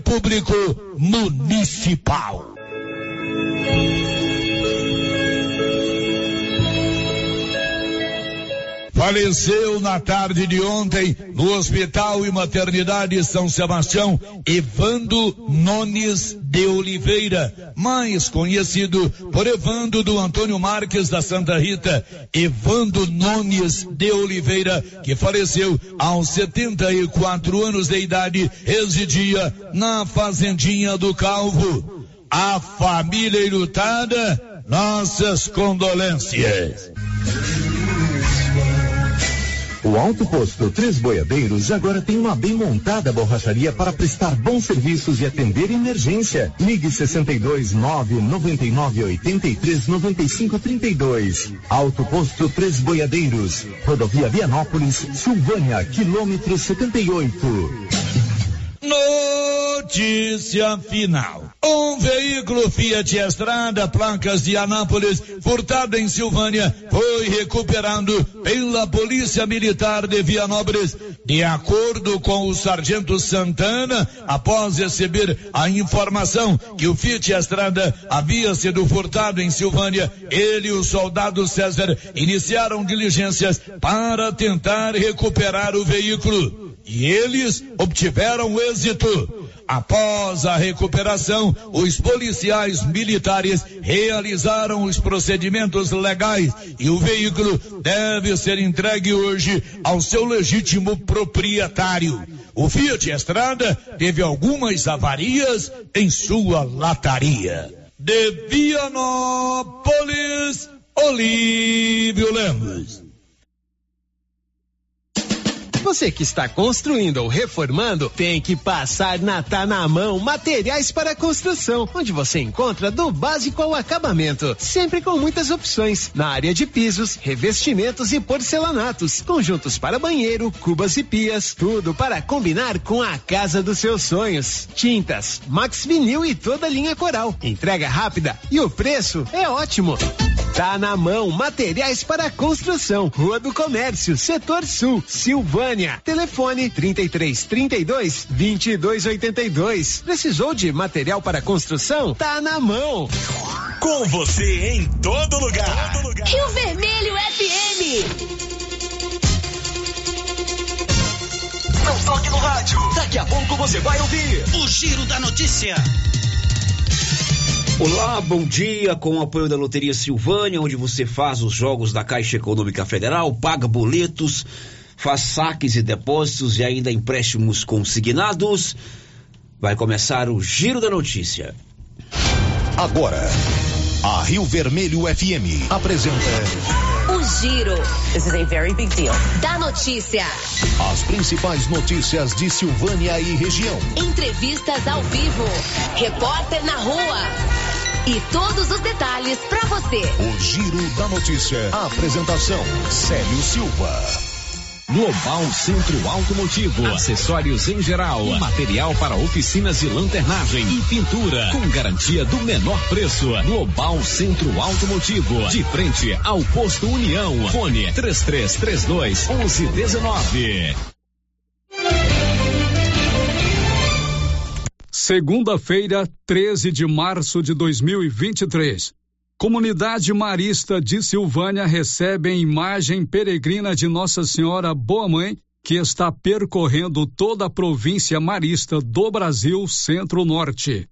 Público Municipal. Faleceu na tarde de ontem, no Hospital e Maternidade São Sebastião, Evando Nunes de Oliveira, mais conhecido por Evando do Antônio Marques da Santa Rita. Evando Nunes de Oliveira, que faleceu aos 74 anos de idade, residia na Fazendinha do Calvo. A família enlutada, nossas condolências. O Alto Posto Três Boiadeiros agora tem uma bem montada borracharia para prestar bons serviços e atender emergência. Ligue 62.999839532. Alto Posto Três Boiadeiros, Rodovia Vianópolis, Silvânia, quilômetro 78. Notícia final. Um veículo Fiat Estrada, placas de Anápolis, furtado em Silvânia, foi recuperado pela Polícia Militar de Vianópolis. De acordo com o Sargento Santana, após receber a informação que o Fiat Estrada havia sido furtado em Silvânia, ele e o soldado César iniciaram diligências para tentar recuperar o veículo. E eles obtiveram êxito. Após a recuperação, os policiais militares realizaram os procedimentos legais e o veículo deve ser entregue hoje ao seu legítimo proprietário. O Fiat Estrada teve algumas avarias em sua lataria. De Vianópolis, Olívio Lemos. Você que está construindo ou reformando, tem que passar na Tá na Mão Materiais para Construção, onde você encontra do básico ao acabamento, sempre com muitas opções, na área de pisos, revestimentos e porcelanatos, conjuntos para banheiro, cubas e pias, tudo para combinar com a casa dos seus sonhos. Tintas, Max Vinil e toda a linha Coral, entrega rápida e o preço é ótimo. Tá na Mão Materiais para Construção, Rua do Comércio, Setor Sul, Silvânia. Telefone 3332-2282. Precisou de material para construção? Tá na mão. Com você em todo lugar. Rio Vermelho FM. Não toque no rádio. Daqui a pouco você vai ouvir o Giro da Notícia. Olá, bom dia, com o apoio da Loteria Silvânia, onde você faz os jogos da Caixa Econômica Federal, paga boletos, faz saques e depósitos e ainda empréstimos consignados. Vai começar o Giro da Notícia. Agora, a Rio Vermelho FM apresenta o Giro. This is a very big deal. Da notícia. As principais notícias de Silvânia e região. Entrevistas ao vivo. Repórter na rua. E todos os detalhes para você. O Giro da Notícia. A apresentação: Célio Silva. Global Centro Automotivo, acessórios em geral, material para oficinas de lanternagem e pintura, com garantia do menor preço. Global Centro Automotivo, de frente ao Posto União. Fone 3332-1119. Segunda-feira, 13 de março de 2023. Comunidade Marista de Silvânia recebe a imagem peregrina de Nossa Senhora Boa Mãe, que está percorrendo toda a província marista do Brasil Centro-Norte.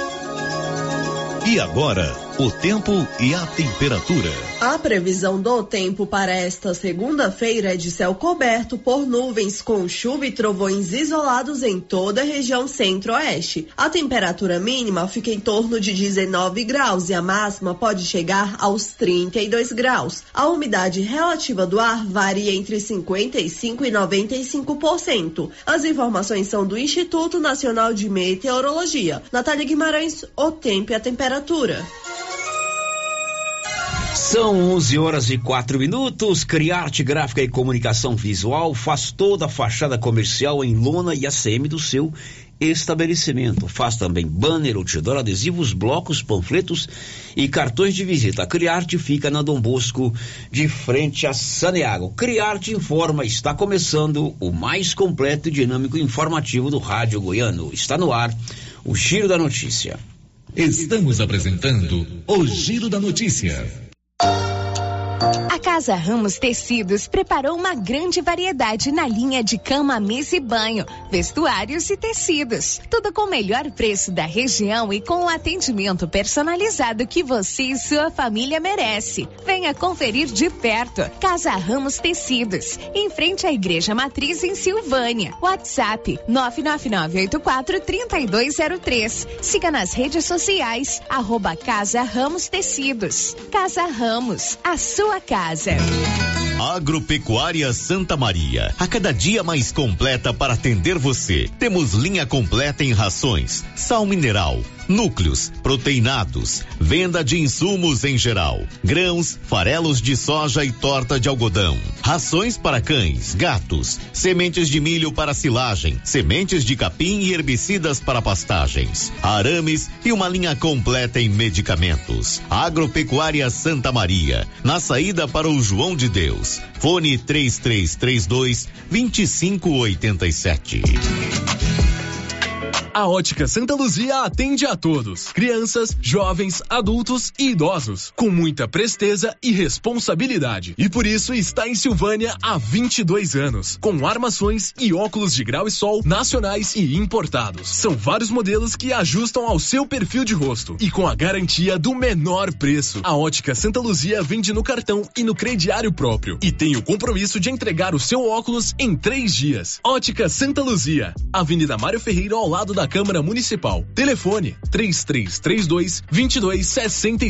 E agora, o tempo e a temperatura. A previsão do tempo para esta segunda-feira é de céu coberto por nuvens, com chuva e trovões isolados em toda a região centro-oeste. A temperatura mínima fica em torno de 19 graus e a máxima pode chegar aos 32 graus. A umidade relativa do ar varia entre 55% e 95%. As informações são do Instituto Nacional de Meteorologia. Natália Guimarães, o tempo e a temperatura. São 11h04. Criarte Gráfica e Comunicação Visual faz toda a fachada comercial em lona e ACM do seu estabelecimento. Faz também banner, outdoor, adesivos, blocos, panfletos e cartões de visita. A Criarte fica na Dom Bosco, de frente a Saneago. Criarte informa, está começando o mais completo e dinâmico informativo do rádio goiano. Está no ar o Giro da Notícia. Estamos apresentando o Giro da Notícia. A Casa Ramos Tecidos preparou uma grande variedade na linha de cama, mesa e banho, vestuários e tecidos. Tudo com o melhor preço da região e com o atendimento personalizado que você e sua família merece. Venha conferir de perto. Casa Ramos Tecidos, em frente à Igreja Matriz em Silvânia. WhatsApp 99984-3203. Siga nas redes sociais, @Casa Ramos Tecidos. Casa Ramos, a sua casa. Agropecuária Santa Maria, a cada dia mais completa para atender você. Temos linha completa em rações, sal mineral, núcleos, proteinados, venda de insumos em geral, grãos, farelos de soja e torta de algodão, rações para cães, gatos, sementes de milho para silagem, sementes de capim e herbicidas para pastagens, arames e uma linha completa em medicamentos. Agropecuária Santa Maria, na saída para o João de Deus. Fone 3332-2587. A Ótica Santa Luzia atende a todos, crianças, jovens, adultos e idosos, com muita presteza e responsabilidade. E por isso está em Silvânia há 22 anos, com armações e óculos de grau e sol nacionais e importados. São vários modelos que ajustam ao seu perfil de rosto e com a garantia do menor preço. A Ótica Santa Luzia vende no cartão e no crediário próprio e tem o compromisso de entregar o seu óculos em 3 dias. Ótica Santa Luzia, Avenida Mário Ferreira, ao lado da Câmara Municipal. Telefone 3332-2266.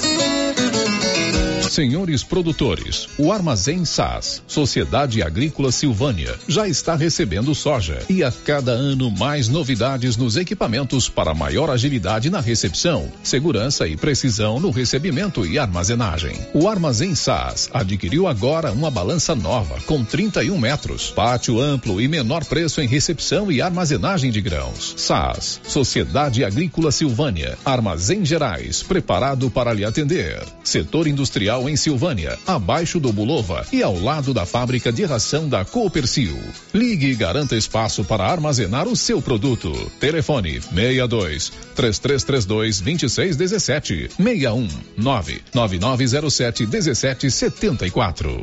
Senhores produtores, o Armazém SAS, Sociedade Agrícola Silvânia, já está recebendo soja e a cada ano mais novidades nos equipamentos para maior agilidade na recepção, segurança e precisão no recebimento e armazenagem. O Armazém SAS adquiriu agora uma balança nova com 31 metros, pátio amplo e menor preço em recepção e armazenagem de grãos. SAS, Sociedade Agrícola Silvânia, Armazém Gerais, preparado para lhe atender. Setor industrial em Silvânia, abaixo do Bulova e ao lado da fábrica de ração da Coopercil. Ligue e garanta espaço para armazenar o seu produto. Telefone 62-3332-2617, 61-99907-1774.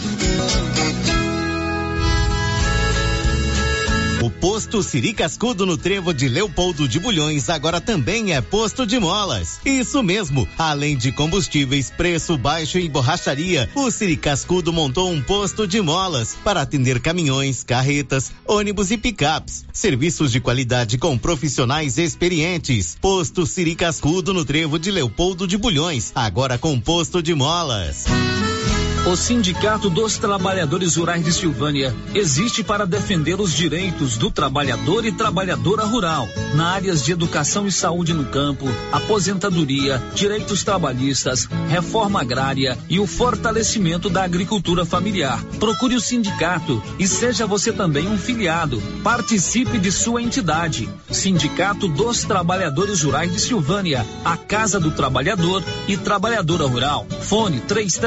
O posto Siri Cascudo no Trevo de Leopoldo de Bulhões agora também é posto de molas. Isso mesmo, além de combustíveis, preço baixo e borracharia, o Siri Cascudo montou um posto de molas para atender caminhões, carretas, ônibus e picapes. Serviços de qualidade com profissionais experientes. Posto Siri Cascudo no Trevo de Leopoldo de Bulhões, agora com posto de molas. O Sindicato dos Trabalhadores Rurais de Silvânia existe para defender os direitos do trabalhador e trabalhadora rural, na áreas de educação e saúde no campo, aposentadoria, direitos trabalhistas, reforma agrária e o fortalecimento da agricultura familiar. Procure o sindicato e seja você também um filiado. Participe de sua entidade. Sindicato dos Trabalhadores Rurais de Silvânia, a Casa do Trabalhador e Trabalhadora Rural. Fone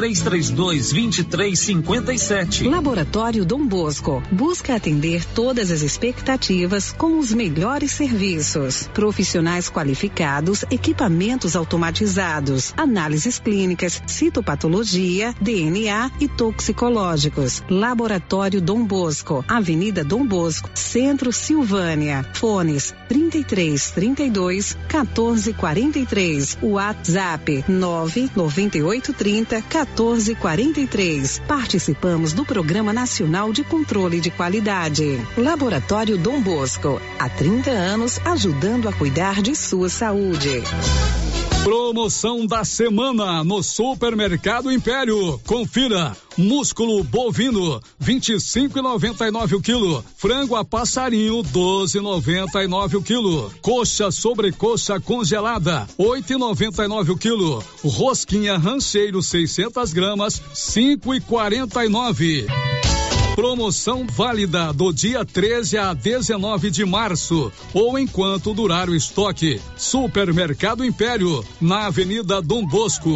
3332-2357. Laboratório Dom Bosco busca atender todas as expectativas com os melhores serviços. Profissionais qualificados, equipamentos automatizados, análises clínicas, citopatologia, DNA e toxicológicos. Laboratório Dom Bosco, Avenida Dom Bosco, Centro Silvânia. Fones 3332-1443. WhatsApp 99830-1443. Participamos do Programa Nacional de Controle de Qualidade. Laboratório Dom Bosco, há 30 anos ajudando a cuidar de sua saúde. Promoção da semana no Supermercado Império. Confira: músculo bovino 25,99 o quilo, frango a passarinho 12,99 o quilo, coxa sobrecoxa congelada 8,99 o quilo, rosquinha rancheiro 600 gramas 5,49. Promoção válida do dia 13 a 19 de março ou enquanto durar o estoque. Supermercado Império, na Avenida Dom Bosco.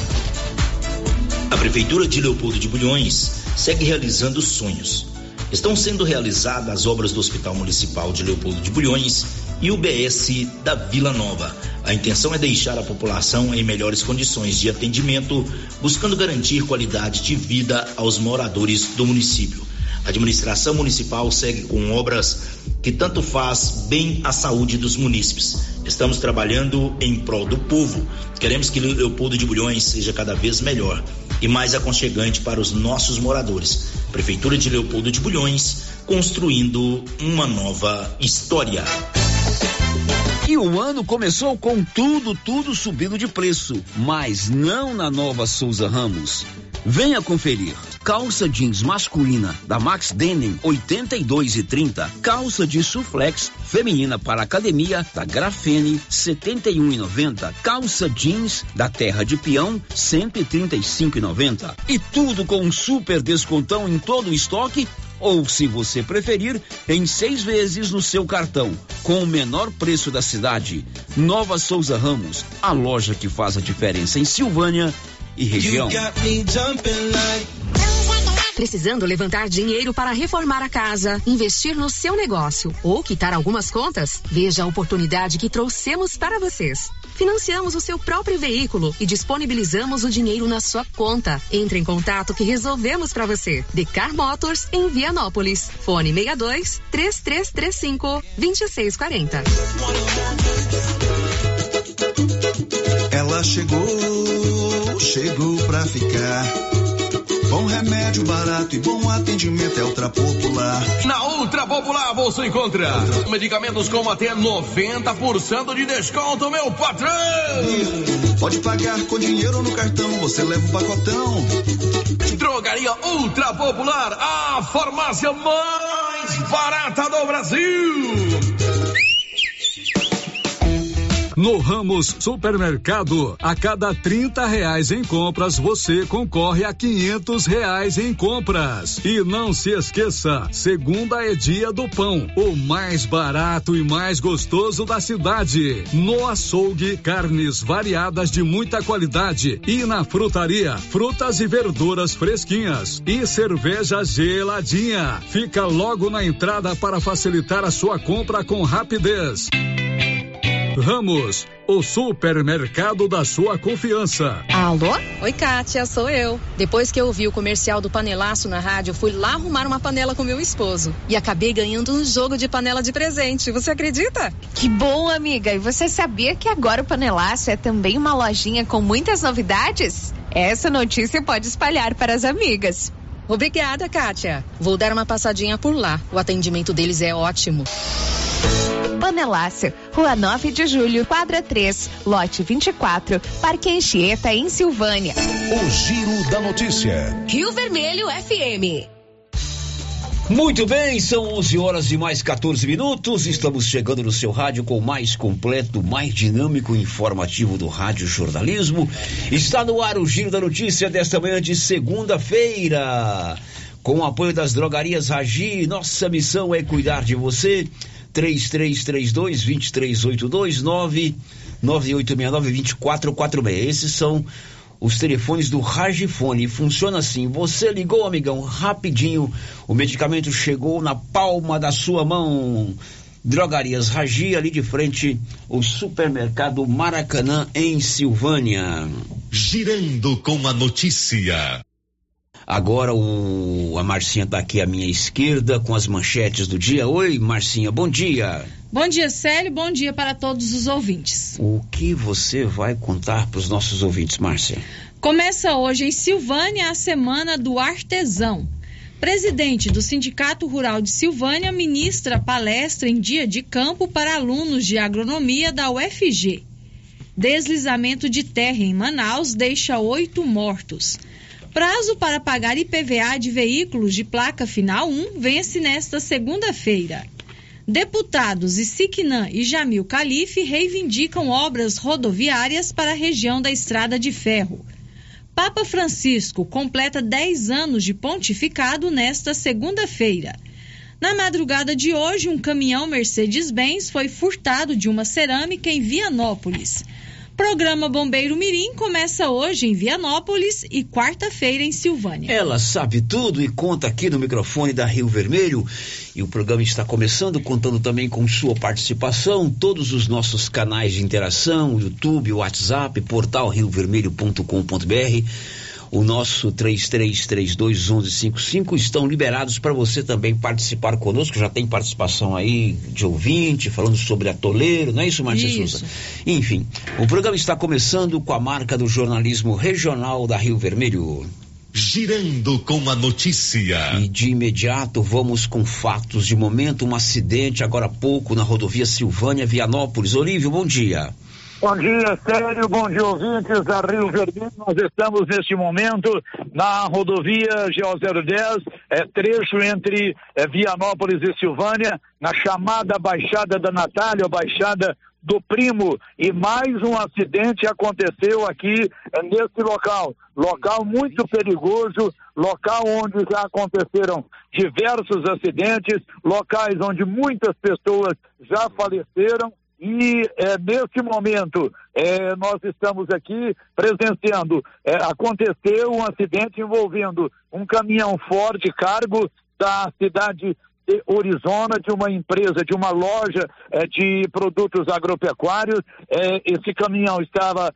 A Prefeitura de Leopoldo de Bulhões segue realizando sonhos. Estão sendo realizadas as obras do Hospital Municipal de Leopoldo de Bulhões e UBS da Vila Nova. A intenção é deixar a população em melhores condições de atendimento, buscando garantir qualidade de vida aos moradores do município. A administração municipal segue com obras que tanto faz bem à saúde dos munícipes. Estamos trabalhando em prol do povo. Queremos que Leopoldo de Bulhões seja cada vez melhor e mais aconchegante para os nossos moradores. Prefeitura de Leopoldo de Bulhões, construindo uma nova história. E o ano começou com tudo subindo de preço, mas não na Nova Souza Ramos. Venha conferir. Calça jeans masculina da Max Denim 82,30. Calça de suflex feminina para academia da Grafene 71,90. Calça jeans da Terra de Peão 135,90. E tudo com um super descontão em todo o estoque, ou, se você preferir, em 6 vezes no seu cartão, com o menor preço da cidade. Nova Souza Ramos, a loja que faz a diferença em Silvânia e região. Precisando levantar dinheiro para reformar a casa, investir no seu negócio ou quitar algumas contas? Veja a oportunidade que trouxemos para vocês. Financiamos o seu próprio veículo e disponibilizamos o dinheiro na sua conta. Entre em contato que resolvemos para você. Decar Motors em Vianópolis. Fone 62-3335-2640. Ela chegou pra ficar. Bom remédio, barato e bom atendimento é Ultra Popular. Na Ultra Popular você encontra medicamentos com até 90% de desconto, meu patrão! Pode pagar com dinheiro ou no cartão, você leva um pacotão. Drogaria Ultra Popular, a farmácia mais barata do Brasil. No Ramos Supermercado, a cada R$30 em compras, você concorre a R$500 em compras. E não se esqueça, segunda é dia do pão, o mais barato e mais gostoso da cidade. No açougue, carnes variadas de muita qualidade. E na frutaria, frutas e verduras fresquinhas. E cerveja geladinha. Fica logo na entrada para facilitar a sua compra com rapidez. Ramos, o supermercado da sua confiança. Alô? Oi, Kátia, sou eu. Depois que eu ouvi o comercial do panelaço na rádio, fui lá arrumar uma panela com meu esposo. E acabei ganhando um jogo de panela de presente. Você acredita? Que bom, amiga. E você sabia que agora o Panelaço é também uma lojinha com muitas novidades? Essa notícia pode espalhar para as amigas. Obrigada, Kátia. Vou dar uma passadinha por lá. O atendimento deles é ótimo. Panelácio, Rua 9 de Julho, quadra 3, lote 24, Parque Anchieta, em Silvânia. O Giro da Notícia. Rio Vermelho FM. Muito bem, são 11 horas e mais 14 minutos. Estamos chegando no seu rádio com o mais completo, mais dinâmico e informativo do rádio jornalismo. Está no ar o Giro da Notícia desta manhã de segunda-feira. Com o apoio das drogarias Ragi, nossa missão é cuidar de você. 3332-2382, 99869-2446. Esses são os telefones do Ragifone. Funciona assim: você ligou, amigão, rapidinho, o medicamento chegou na palma da sua mão. Drogarias Ragi, ali de frente, o supermercado Maracanã, em Silvânia. Girando com a notícia. Agora a Marcinha está aqui à minha esquerda com as manchetes do dia. Oi, Marcinha, bom dia. Bom dia, Célio, bom dia para todos os ouvintes. O que você vai contar para os nossos ouvintes, Márcia? Começa hoje em Silvânia a Semana do Artesão. Presidente do Sindicato Rural de Silvânia ministra palestra em dia de campo para alunos de agronomia da UFG. Deslizamento de terra em Manaus deixa 8 mortos. Prazo para pagar IPVA de veículos de placa final 1 vence nesta segunda-feira. Deputados Isiquinã e Jamil Calife reivindicam obras rodoviárias para a região da Estrada de Ferro. Papa Francisco completa 10 anos de pontificado nesta segunda-feira. Na madrugada de hoje, um caminhão Mercedes-Benz foi furtado de uma cerâmica em Vianópolis. Programa Bombeiro Mirim começa hoje em Vianópolis e quarta-feira em Silvânia. Ela sabe tudo e conta aqui no microfone da Rio Vermelho. E o programa está começando, contando também com sua participação. Todos os nossos canais de interação, YouTube, WhatsApp, portal riovermelho.com.br. O nosso 33321155 estão liberados para você também participar conosco. Já tem participação aí de ouvinte, falando sobre atoleiro, não é isso, Márcia Souza? Enfim, o programa está começando com a marca do jornalismo regional da Rio Vermelho. Girando com a notícia. E de imediato vamos com fatos de momento. Um acidente agora há pouco na rodovia Silvânia, Vianópolis. Olívio, bom dia. Bom dia, Sérgio, bom dia, ouvintes da Rio Vermelho. Nós estamos neste momento na rodovia GO010, trecho entre Vianópolis e Silvânia, na chamada Baixada da Natália, Baixada do Primo, e mais um acidente aconteceu aqui nesse local muito perigoso, local onde já aconteceram diversos acidentes, locais onde muitas pessoas já faleceram. E nesse momento nós estamos aqui presenciando, aconteceu um acidente envolvendo um caminhão Ford Cargo da cidade de Orizona, de uma empresa, de uma loja de produtos agropecuários. Esse caminhão está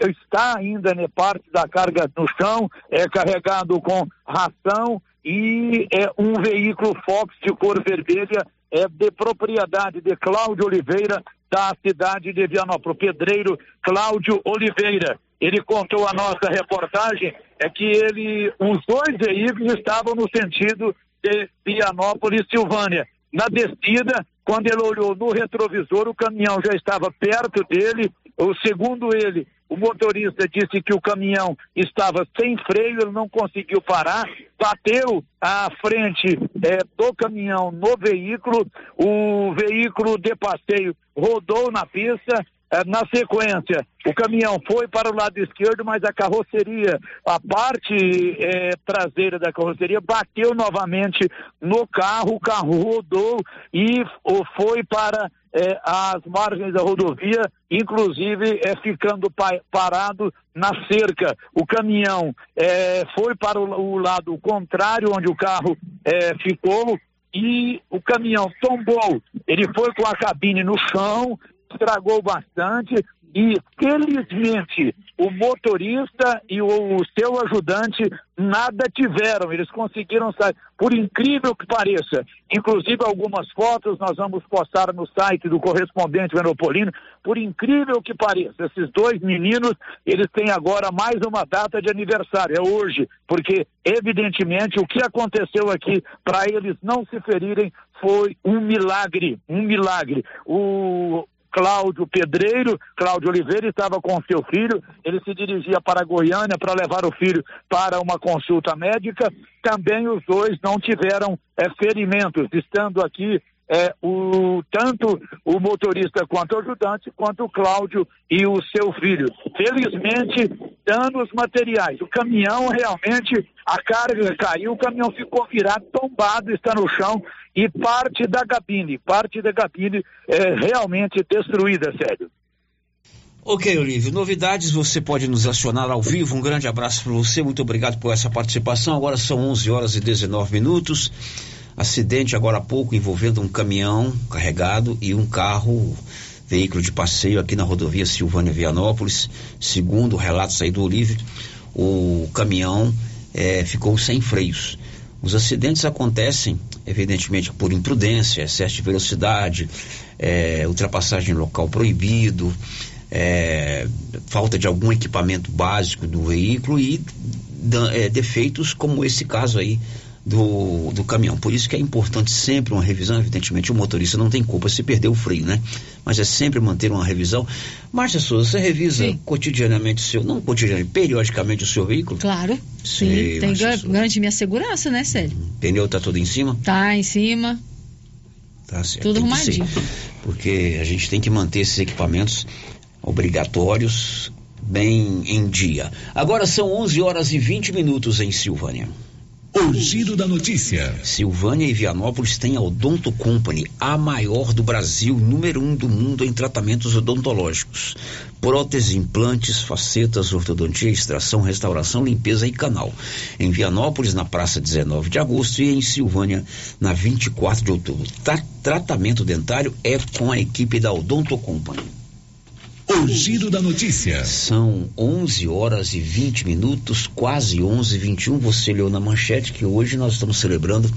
ainda parte da carga no chão, carregado com ração, e um veículo Fox de cor vermelha de propriedade de Cláudio Oliveira, da cidade de Vianópolis, pedreiro Cláudio Oliveira. Ele contou a nossa reportagem que os dois veículos estavam no sentido de Vianópolis, Silvânia. Na descida, quando ele olhou no retrovisor, o caminhão já estava perto dele. Segundo ele, o motorista disse que o caminhão estava sem freio, ele não conseguiu parar, bateu à frente do caminhão no veículo, o veículo de passeio rodou na pista. Na sequência, o caminhão foi para o lado esquerdo, mas a carroceria, a parte traseira da carroceria bateu novamente no carro, o carro rodou e foi para as margens da rodovia, inclusive ficando parado na cerca. O caminhão foi para o lado contrário, onde o carro ficou, e o caminhão tombou. Ele foi com a cabine no chão, estragou bastante, e felizmente o motorista e o seu ajudante nada tiveram, eles conseguiram sair, por incrível que pareça. Inclusive algumas fotos nós vamos postar no site do correspondente Venopolino. Por incrível que pareça, esses dois meninos, eles têm agora mais uma data de aniversário, é hoje, porque evidentemente o que aconteceu aqui para eles não se ferirem foi um milagre. O Cláudio Pedreiro, Cláudio Oliveira, estava com seu filho, ele se dirigia para Goiânia para levar o filho para uma consulta médica. Também os dois não tiveram ferimentos, estando aqui tanto o motorista quanto o ajudante, quanto o Cláudio e o seu filho. Felizmente, danos materiais. O caminhão realmente, a carga caiu, o caminhão ficou virado, tombado, está no chão, e parte da cabine realmente destruída, Sérgio. Ok, Olívio, novidades, você pode nos acionar ao vivo. Um grande abraço para você, muito obrigado por essa participação. Agora são 11h19. Acidente agora há pouco envolvendo um caminhão carregado e um carro, veículo de passeio aqui na rodovia Silvânia Vianópolis. Segundo relatos aí do Olívio, o caminhão ficou sem freios. Os acidentes acontecem, evidentemente, por imprudência, excesso de velocidade, ultrapassagem em local proibido, falta de algum equipamento básico do veículo e defeitos como esse caso aí do caminhão. Por isso que é importante sempre uma revisão. Evidentemente o motorista não tem culpa se perder o freio, né? Mas é sempre manter uma revisão. Márcia Souza, você revisa cotidianamente periodicamente o seu veículo? Claro, sim. Tem garante minha segurança, né, Célio? Pneu tá tudo em cima? Tá em cima. Tá certo. Tudo arrumadinho. Porque a gente tem que manter esses equipamentos obrigatórios bem em dia. Agora são 11h20 em Silvânia. O Giro da Notícia. Silvânia e Vianópolis têm a Odonto Company, a maior do Brasil, número 1 do mundo em tratamentos odontológicos. Prótese, implantes, facetas, ortodontia, extração, restauração, limpeza e canal. Em Vianópolis, na praça 19 de agosto, e em Silvânia, na 24 de outubro. Tratamento dentário é com a equipe da Odonto Company. O Giro da Notícia. São 11h20, quase 11h21. Você leu na manchete que hoje nós estamos celebrando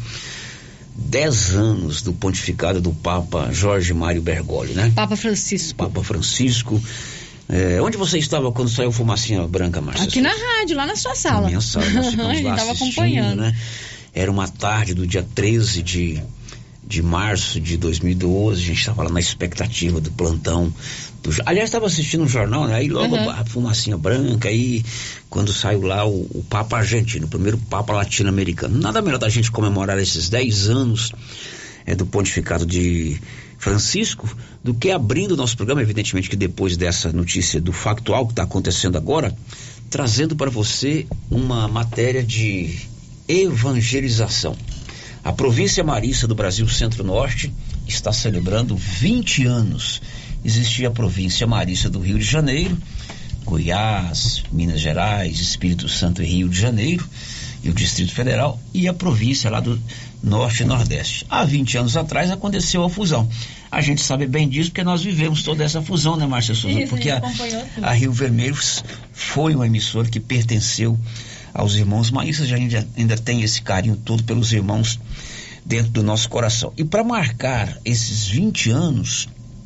10 anos do pontificado do Papa Jorge Mário Bergoglio, né? Papa Francisco. Papa Francisco. Onde você estava quando saiu Fumacinha Branca, Márcia? Aqui na rádio, lá na sua sala. Na minha sala, nós ficamos lá estava acompanhando, né? Era uma tarde do dia 13 de março de 2012, a gente estava lá na expectativa do plantão. Aliás, estava assistindo um jornal, né? Aí logo a fumacinha branca, aí quando saiu lá o Papa argentino, o primeiro Papa latino-americano. Nada melhor da gente comemorar esses 10 anos do pontificado de Francisco do que abrindo o nosso programa, evidentemente que depois dessa notícia do factual que está acontecendo agora, trazendo para você uma matéria de evangelização. A província marista do Brasil Centro-Norte está celebrando 20 anos. Existia a província marista do Rio de Janeiro, Goiás, Minas Gerais, Espírito Santo e Rio de Janeiro, e o Distrito Federal, e a província lá do Norte e Nordeste. Há 20 anos atrás aconteceu a fusão. A gente sabe bem disso porque nós vivemos toda essa fusão, né, Márcia Souza? Isso, porque a Rio Vermelho foi uma emissora que pertenceu aos irmãos maristas, a gente ainda tem esse carinho todo pelos irmãos dentro do nosso coração. E para marcar esses 20 anos,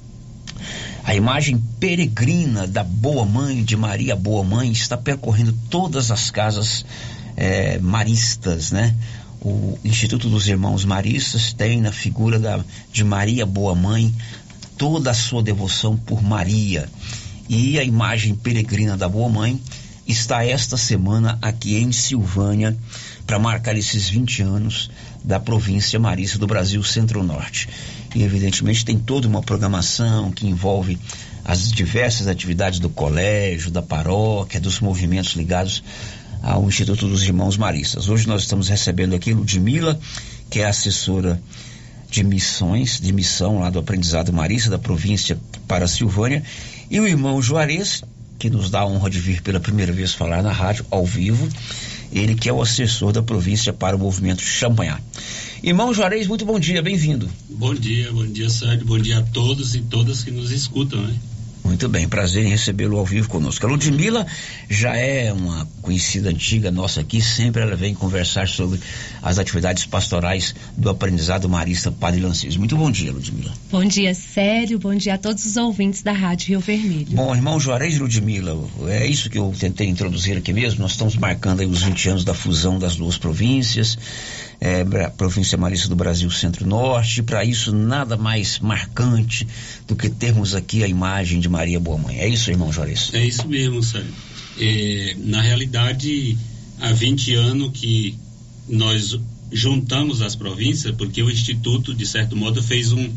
a imagem peregrina da Boa Mãe, de Maria Boa Mãe, está percorrendo todas as casas maristas, né? O Instituto dos Irmãos Maristas tem na figura de Maria Boa Mãe toda a sua devoção por Maria. E a imagem peregrina da Boa Mãe está esta semana aqui em Silvânia para marcar esses 20 anos da província marista do Brasil Centro-Norte. E evidentemente tem toda uma programação que envolve as diversas atividades do colégio, da paróquia, dos movimentos ligados ao Instituto dos Irmãos Maristas. Hoje nós estamos recebendo aqui Ludmila, que é assessora de missão lá do aprendizado marista da província para Silvânia, e o irmão Juarez, que nos dá a honra de vir pela primeira vez falar na rádio, ao vivo, ele que é o assessor da província para o movimento Champanhar. Irmão Juarez, muito bom dia, bem-vindo. Bom dia, Sérgio, bom dia a todos e todas que nos escutam, né? Muito bem, prazer em recebê-lo ao vivo conosco. A Ludmila já é uma conhecida antiga nossa aqui, sempre ela vem conversar sobre as atividades pastorais do aprendizado marista Padre Lancis. Muito bom dia, Ludmila. Bom dia, Sérgio, bom dia a todos os ouvintes da Rádio Rio Vermelho. Bom, irmão Juarez e Ludmila, é isso que eu tentei introduzir aqui mesmo, nós estamos marcando aí os 20 anos da fusão das duas províncias, a província marista do Brasil Centro-Norte. Para isso, nada mais marcante do que termos aqui a imagem de Maria Boa Mãe. É isso, irmão Juarez? É isso mesmo, Sérgio. Na realidade, há 20 anos que nós juntamos as províncias, porque o Instituto, de certo modo, fez uma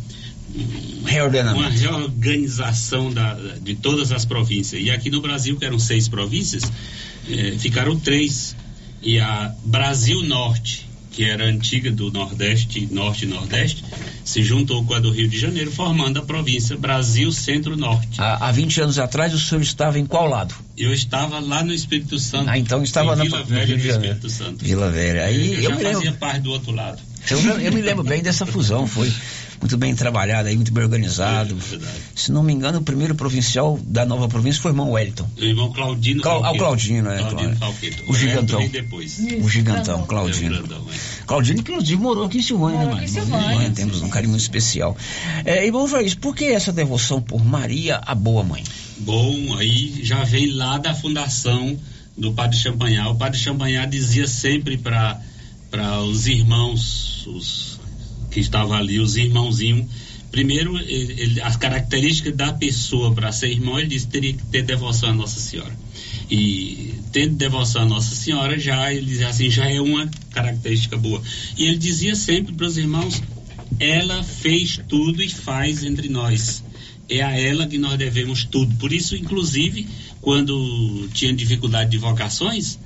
reorganização de todas as províncias. E aqui no Brasil, que eram 6 províncias, ficaram 3. E a Brasil Norte, que era antiga do Nordeste, Norte e Nordeste, se juntou com a do Rio de Janeiro, formando a província Brasil Centro-Norte. Há 20 anos atrás, o senhor estava em qual lado? Eu estava lá no Espírito Santo. Então estava na Vila Velha do Espírito Santo. Vila Velha. Aí eu já fazia parte do outro lado. Eu me lembro bem dessa fusão, foi muito bem trabalhado, aí, muito bem organizado. Se não me engano, o primeiro provincial da nova província foi o irmão Wellington. O irmão Claudino. O Claudino, Claro. O gigantão. Depois. O gigantão, Claudino. Claudino, que inclusive morou aqui em Silvânia, né, Silvânia, temos um carinho muito especial. Irmão Juarez, por que essa devoção por Maria, a Boa Mãe? Bom, aí já vem lá da fundação do Padre Champanhar. O Padre Champanhar dizia sempre para os irmãos, que estavam ali, os irmãozinhos. Primeiro, as características da pessoa para ser irmão, ele disse que teria que ter devoção à Nossa Senhora. E tendo devoção à Nossa Senhora, ele dizia assim, já é uma característica boa. E ele dizia sempre para os irmãos, ela fez tudo e faz entre nós. É a ela que nós devemos tudo. Por isso, inclusive, quando tinha dificuldade de vocações,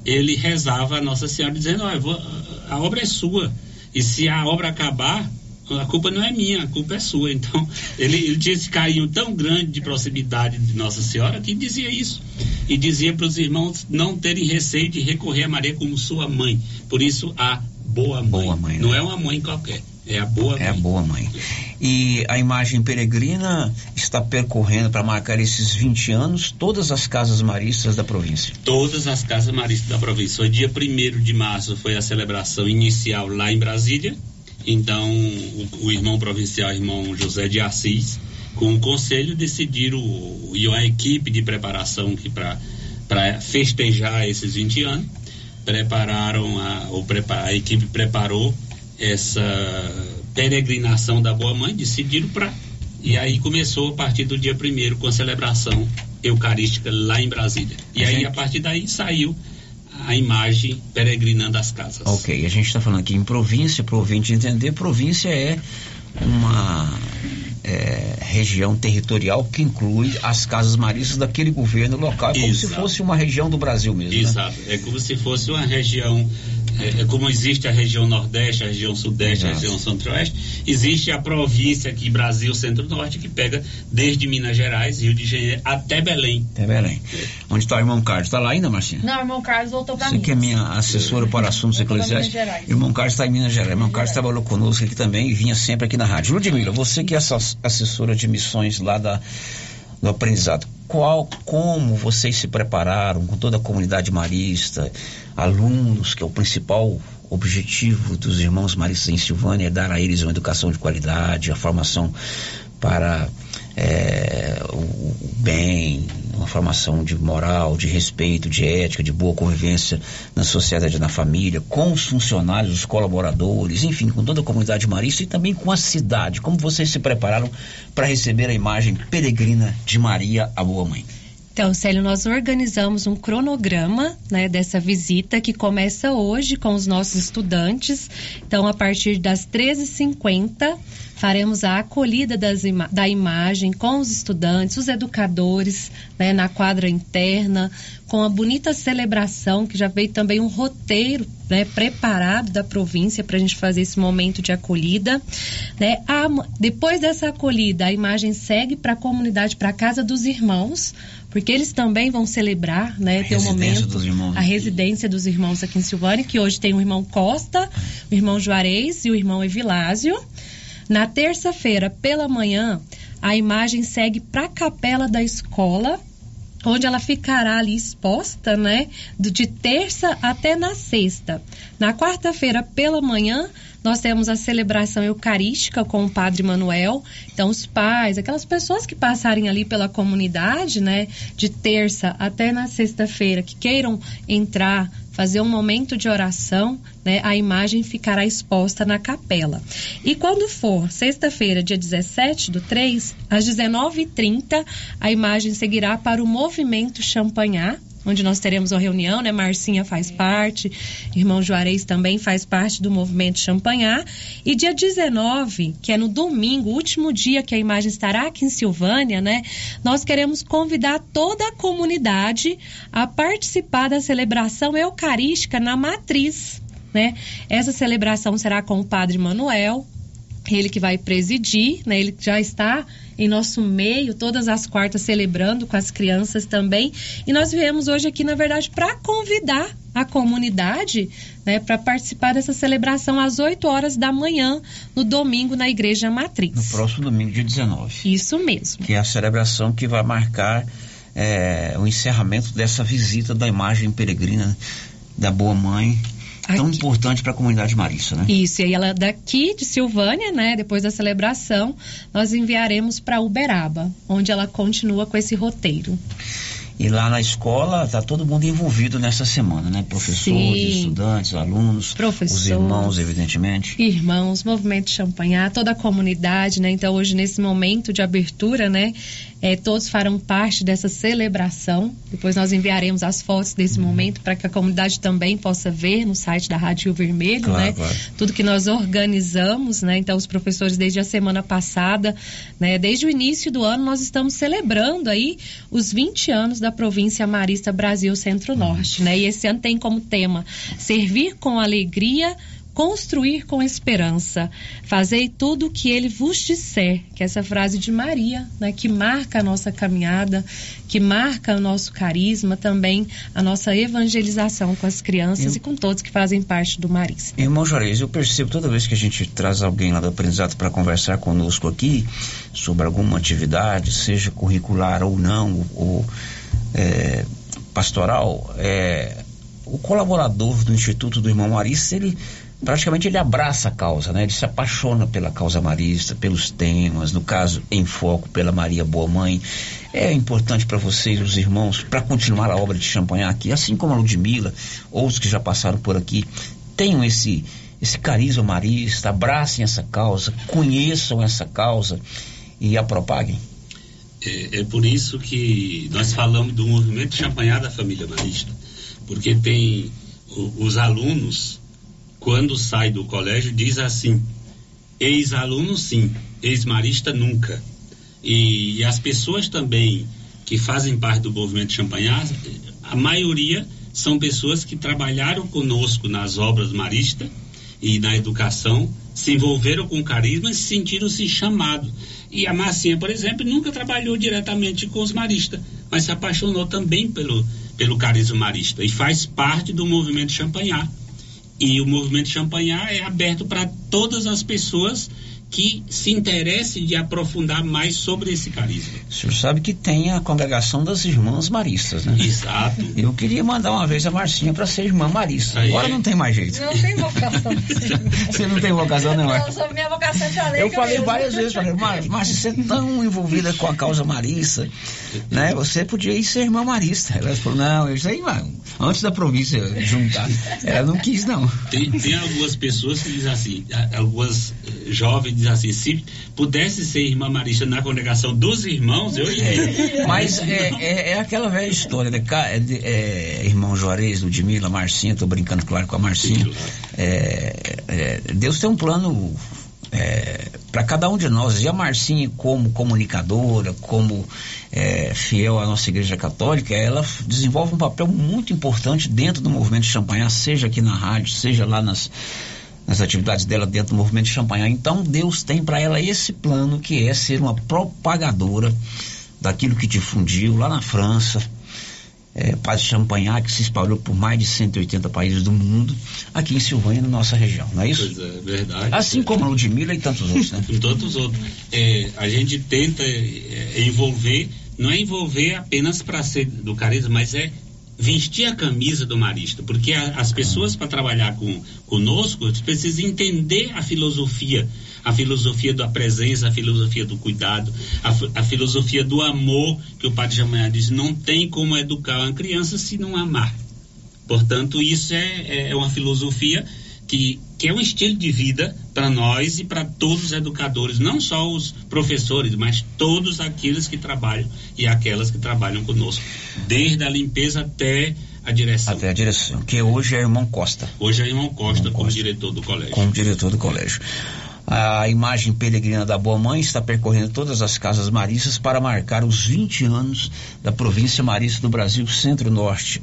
ele rezava a Nossa Senhora dizendo, a obra é sua, e se a obra acabar, a culpa não é minha, a culpa é sua. Então ele tinha esse carinho tão grande de proximidade de Nossa Senhora que dizia isso, e dizia para os irmãos não terem receio de recorrer a Maria como sua mãe. Por isso a boa mãe, não é uma mãe qualquer, é a boa mãe. É a boa mãe. E a imagem peregrina está percorrendo para marcar esses 20 anos todas as casas maristas da província. Todas as casas maristas da província. Foi dia 1º de março, foi a celebração inicial lá em Brasília. Então o irmão provincial, irmão José de Assis, com o conselho decidiram, e a equipe de preparação que para festejar esses 20 anos, a equipe preparou essa peregrinação da Boa Mãe, decidiram e aí começou a partir do dia 1º com a celebração eucarística lá em Brasília. E aí a partir daí saiu a imagem peregrinando as casas. Ok, a gente está falando aqui em província, para o ouvinte entender, província é uma região territorial que inclui as casas maristas daquele governo local, é como se fosse uma região do Brasil mesmo. Exato, né? É como se fosse uma região, como existe a região Nordeste, a região Sudeste, a região Centro-Oeste, existe a província aqui, Brasil Centro-Norte, que pega desde Minas Gerais, Rio de Janeiro, até Belém. Até Belém. Onde está o irmão Carlos? Está lá ainda, Marcinha? Não, o irmão Carlos voltou para Minas. Você que é minha assessora para assuntos eclesiásticos. Irmão Carlos está em Minas Gerais. Irmão Carlos trabalhou conosco aqui também e vinha sempre aqui na rádio. Ludmila, você que é assessora de missões lá do aprendizado, como vocês se prepararam com toda a comunidade marista, alunos, que é o principal objetivo dos irmãos maristas em Silvânia, é dar a eles uma educação de qualidade, a formação para o bem, uma formação de moral, de respeito, de ética, de boa convivência na sociedade, na família, com os funcionários, os colaboradores, enfim, com toda a comunidade marista e também com a cidade. Como vocês se prepararam para receber a imagem peregrina de Maria, a Boa Mãe? Então, Célio, nós organizamos um cronograma, né, dessa visita que começa hoje com os nossos estudantes. Então, a partir das 13h50, faremos a acolhida da imagem com os estudantes, os educadores, né, na quadra interna, com a bonita celebração, que já veio também um roteiro, né, preparado da província para a gente fazer esse momento de acolhida, né? Depois dessa acolhida, a imagem segue para a comunidade, para a casa dos irmãos, porque eles também vão celebrar, né, ter um momento, a residência dos irmãos aqui em Silvânia, que hoje tem o irmão Costa, o irmão Juarez e o irmão Evilásio. Na terça-feira, pela manhã, a imagem segue para a capela da escola, onde ela ficará ali exposta, né, de terça até na sexta. Na quarta-feira, pela manhã, nós temos a celebração eucarística com o Padre Manuel. Então, os pais, aquelas pessoas que passarem ali pela comunidade, né, de terça até na sexta-feira, que queiram entrar, fazer um momento de oração, né, a imagem ficará exposta na capela. E quando for sexta-feira, dia 17/3, às 19h30, a imagem seguirá para o Movimento Champanhar, onde nós teremos uma reunião, né? Marcinha faz parte, irmão Juarez também faz parte do Movimento Champanhar. E dia 19, que é no domingo, o último dia que a imagem estará aqui em Silvânia, né? Nós queremos convidar toda a comunidade a participar da celebração eucarística na Matriz, né? Essa celebração será com o Padre Manuel, ele que vai presidir, né? Ele já está em nosso meio, todas as quartas celebrando com as crianças também. E nós viemos hoje aqui, na verdade, para convidar a comunidade, né, para participar dessa celebração às 8 horas da manhã, no domingo, na Igreja Matriz. No próximo domingo, dia 19. Isso mesmo. Que é a celebração que vai marcar o encerramento dessa visita da imagem peregrina da Boa Mãe, tão importante para a comunidade marista, né? Isso, e aí ela daqui de Silvânia, né, depois da celebração, nós enviaremos para Uberaba, onde ela continua com esse roteiro. E lá na escola está todo mundo envolvido nessa semana, né? Professores, sim, estudantes, alunos, os irmãos, evidentemente. Irmãos, Movimento Champanhar, toda a comunidade, né? Então hoje nesse momento de abertura, né? Todos farão parte dessa celebração. Depois nós enviaremos as fotos desse momento para que a comunidade também possa ver no site da Rádio Rio Vermelho, claro, né? Claro. Tudo que nós organizamos, né? Então os professores desde a semana passada, né? Desde o início do ano nós estamos celebrando aí os 20 anos da província marista Brasil Centro-Norte, né? E esse ano tem como tema servir com alegria, construir com esperança. Fazei tudo o que ele vos disser, que é essa frase de Maria, né, que marca a nossa caminhada, que marca o nosso carisma, também a nossa evangelização com as crianças e com todos que fazem parte do Marista. Irmão Juarez, eu percebo toda vez que a gente traz alguém lá do aprendizado para conversar conosco aqui sobre alguma atividade, seja curricular ou não, ou pastoral, o colaborador do Instituto do Irmão Marista, ele abraça a causa, né? Ele se apaixona pela causa marista, pelos temas, no caso, em foco, pela Maria Boa Mãe. É importante para vocês, os irmãos, para continuar a obra de Champagnat, assim como a Ludmila, outros que já passaram por aqui, tenham esse carisma marista, abracem essa causa, conheçam essa causa e a propaguem. É por isso que nós falamos do movimento Champagnat da família marista, porque tem os alunos, quando sai do colégio, diz assim: ex-aluno sim, ex-marista nunca. E as pessoas também que fazem parte do movimento Champagnat, a maioria são pessoas que trabalharam conosco nas obras maristas e na educação, se envolveram com carisma e sentiram-se chamados. E a Marcinha, por exemplo, nunca trabalhou diretamente com os maristas, mas se apaixonou também pelo carisma marista e faz parte do movimento Champagnat. E o movimento Champagnat é aberto para todas as pessoas que se interessem de aprofundar mais sobre esse carisma. O senhor sabe que tem a congregação das irmãs maristas, né? Exato. Eu queria mandar uma vez a Marcinha para ser irmã marista. Agora não tem mais jeito. Não tem vocação. Você não tem vocação, não é? Não, minha vocação é alegre. Eu falei várias vezes, Márcia, você é tão envolvida com a causa marista, né? Você podia ir ser irmã marista. Ela falou, não, eu sei, antes da província juntar. Ela não quis, não. Tem algumas pessoas que dizem assim, algumas jovens dizem assim, se pudesse ser irmã marista na congregação dos irmãos, eu iria. Mas é aquela velha história, né? Irmão Juarez, Ludmila, Marcinha, tô brincando, claro, com a Marcinha. Deus tem um plano para cada um de nós, e a Marcinha, como comunicadora, como fiel à nossa Igreja Católica, ela desenvolve um papel muito importante dentro do movimento de Champagnat, seja aqui na rádio, seja lá nas atividades dela dentro do movimento de Champagnat. Então Deus tem para ela esse plano, que é ser uma propagadora daquilo que difundiu lá na França, Padre Champagnat, que se espalhou por mais de 180 países do mundo, aqui em Silvânia, na nossa região, não é isso? Pois é, verdade. Assim como a Ludmila e tantos outros, né? E tantos outros. A gente tenta envolver, não é envolver apenas para ser do carisma, mas vestir a camisa do marista, porque as pessoas, para trabalhar conosco, precisam entender a filosofia da presença, a filosofia do cuidado, a filosofia do amor, que o Padre Champagnat diz, não tem como educar uma criança se não amar. Portanto, isso é uma filosofia que é um estilo de vida para nós e para todos os educadores, não só os professores, mas todos aqueles que trabalham e aquelas que trabalham conosco, desde a limpeza até a direção. Até a direção, que hoje é o irmão Costa. Hoje é o irmão Costa como diretor do colégio. Como diretor do colégio. A imagem peregrina da Boa Mãe está percorrendo todas as casas maristas para marcar os 20 anos da província marista do Brasil Centro-Norte.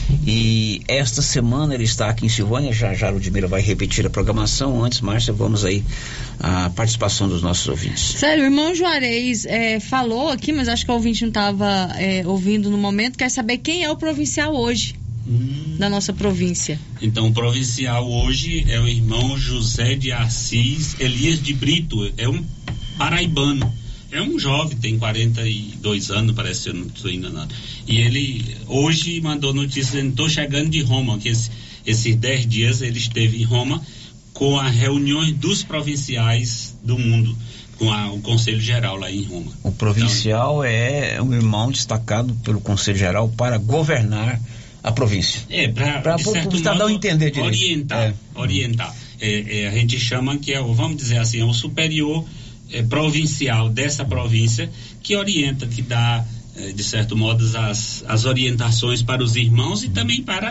E esta semana ele está aqui em Silvânia. Já a Ludmila vai repetir a programação. Antes, Márcia, vamos aí à participação dos nossos ouvintes. Sério, o irmão Juarez falou aqui, mas acho que o ouvinte não estava ouvindo no momento. Quer saber quem é o provincial hoje da nossa província? Então, o provincial hoje é o irmão José de Assis Elias de Brito. É um paraibano. É um jovem, tem 42 anos, parece que eu não estou enganado. E ele hoje mandou notícia dizendo: estou chegando de Roma, que esses 10 dias ele esteve em Roma com as reuniões dos provinciais do mundo, com o Conselho Geral lá em Roma. O provincial é um irmão destacado pelo Conselho Geral para governar a província. Para o cidadão entender direito. Orientar. A gente chama que vamos dizer assim, é o superior provincial dessa província, que orienta, que dá, de certo modo, as orientações para os irmãos e também para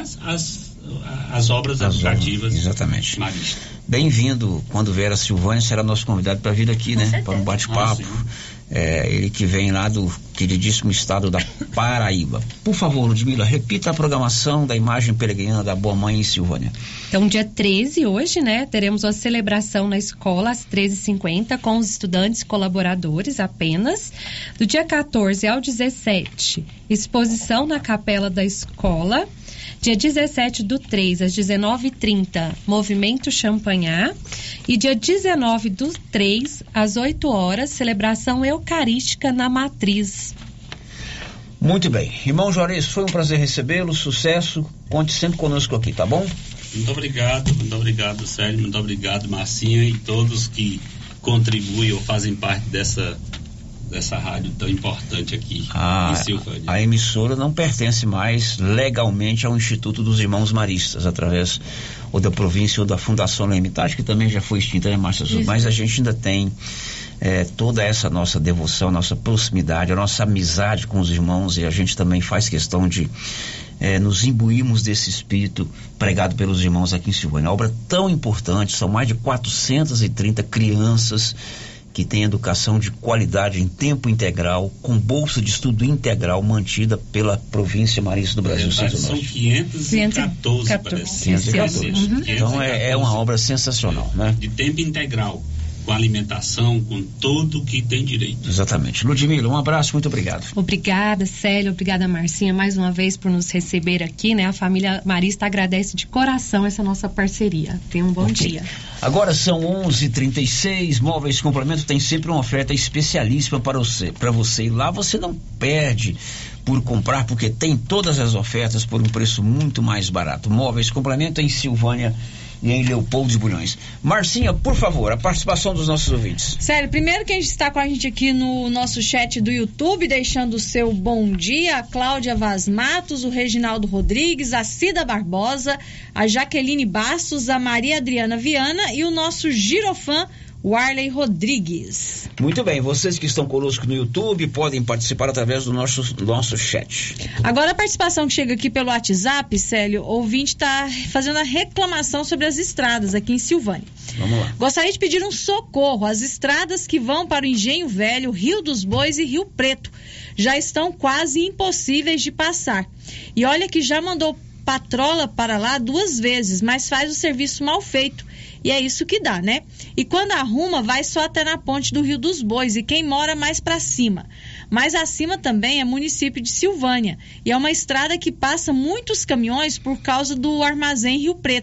as obras educativas. Exatamente. Bem-vindo. Quando vier a Silvânia, será nosso convidado para vir aqui, né? Para um bate-papo. Ele que vem lá do queridíssimo estado da Paraíba. Por favor, Ludmila, repita a programação da imagem peregrina da Boa Mãe em Silvânia. Então, dia 13, hoje, né, teremos uma celebração na escola às 13h50 com os estudantes e colaboradores apenas. Do dia 14 ao 17, exposição na capela da escola. Dia 17/3, às 19h30, Movimento Champanhar. E dia 19/3, às 8 horas, celebração eucarística na Matriz. Muito bem. Irmão Juarez, foi um prazer recebê-lo, sucesso. Conte sempre conosco aqui, tá bom? Muito obrigado, Sérgio, muito obrigado, Marcinha, e todos que contribuem ou fazem parte dessa rádio tão importante aqui em Silvânia. A emissora não pertence mais legalmente ao Instituto dos Irmãos Maristas, através ou da província ou da Fundação Lemitage, que também já foi extinta, né, Márcia Azul? Mas a gente ainda tem toda essa nossa devoção, nossa proximidade, a nossa amizade com os irmãos, e a gente também faz questão de nos imbuirmos desse espírito pregado pelos irmãos aqui em Silvânia. Uma obra tão importante, são mais de 430 crianças que tem educação de qualidade em tempo integral, com bolsa de estudo integral mantida pela província marista do Brasil. São 514, parece. 514. Então é uma obra sensacional, né? De tempo integral, com alimentação, com tudo que tem direito. Exatamente. Ludmila, um abraço, muito obrigado. Obrigada, Célio, obrigada, Marcinha, mais uma vez por nos receber aqui, né? A família Marista agradece de coração essa nossa parceria. Tenha um bom dia. Agora são 11h36, Móveis Complemento tem sempre uma oferta especialíssima para você. E lá você não perde por comprar, porque tem todas as ofertas por um preço muito mais barato. Móveis Complemento em Silvânia e em Leopoldo de Bulhões. Marcinha, por favor, a participação dos nossos ouvintes. Sério, primeiro quem está com a gente aqui no nosso chat do YouTube, deixando o seu bom dia, a Cláudia Vaz Matos, o Reginaldo Rodrigues, a Cida Barbosa, a Jaqueline Bastos, a Maria Adriana Viana e o nosso girofã, o Arley Rodrigues. Muito bem, vocês que estão conosco no YouTube podem participar através do nosso chat. Agora a participação que chega aqui pelo WhatsApp, Célio, o ouvinte está fazendo a reclamação sobre as estradas aqui em Silvânia. Vamos lá. Gostaria de pedir um socorro. As estradas que vão para o Engenho Velho, Rio dos Bois e Rio Preto já estão quase impossíveis de passar. E olha que já mandou patrola para lá 2 vezes, mas faz o serviço mal feito. E é isso que dá, né? E quando arruma, vai só até na ponte do Rio dos Bois e quem mora mais para cima. Mais acima também é município de Silvânia. E é uma estrada que passa muitos caminhões por causa do armazém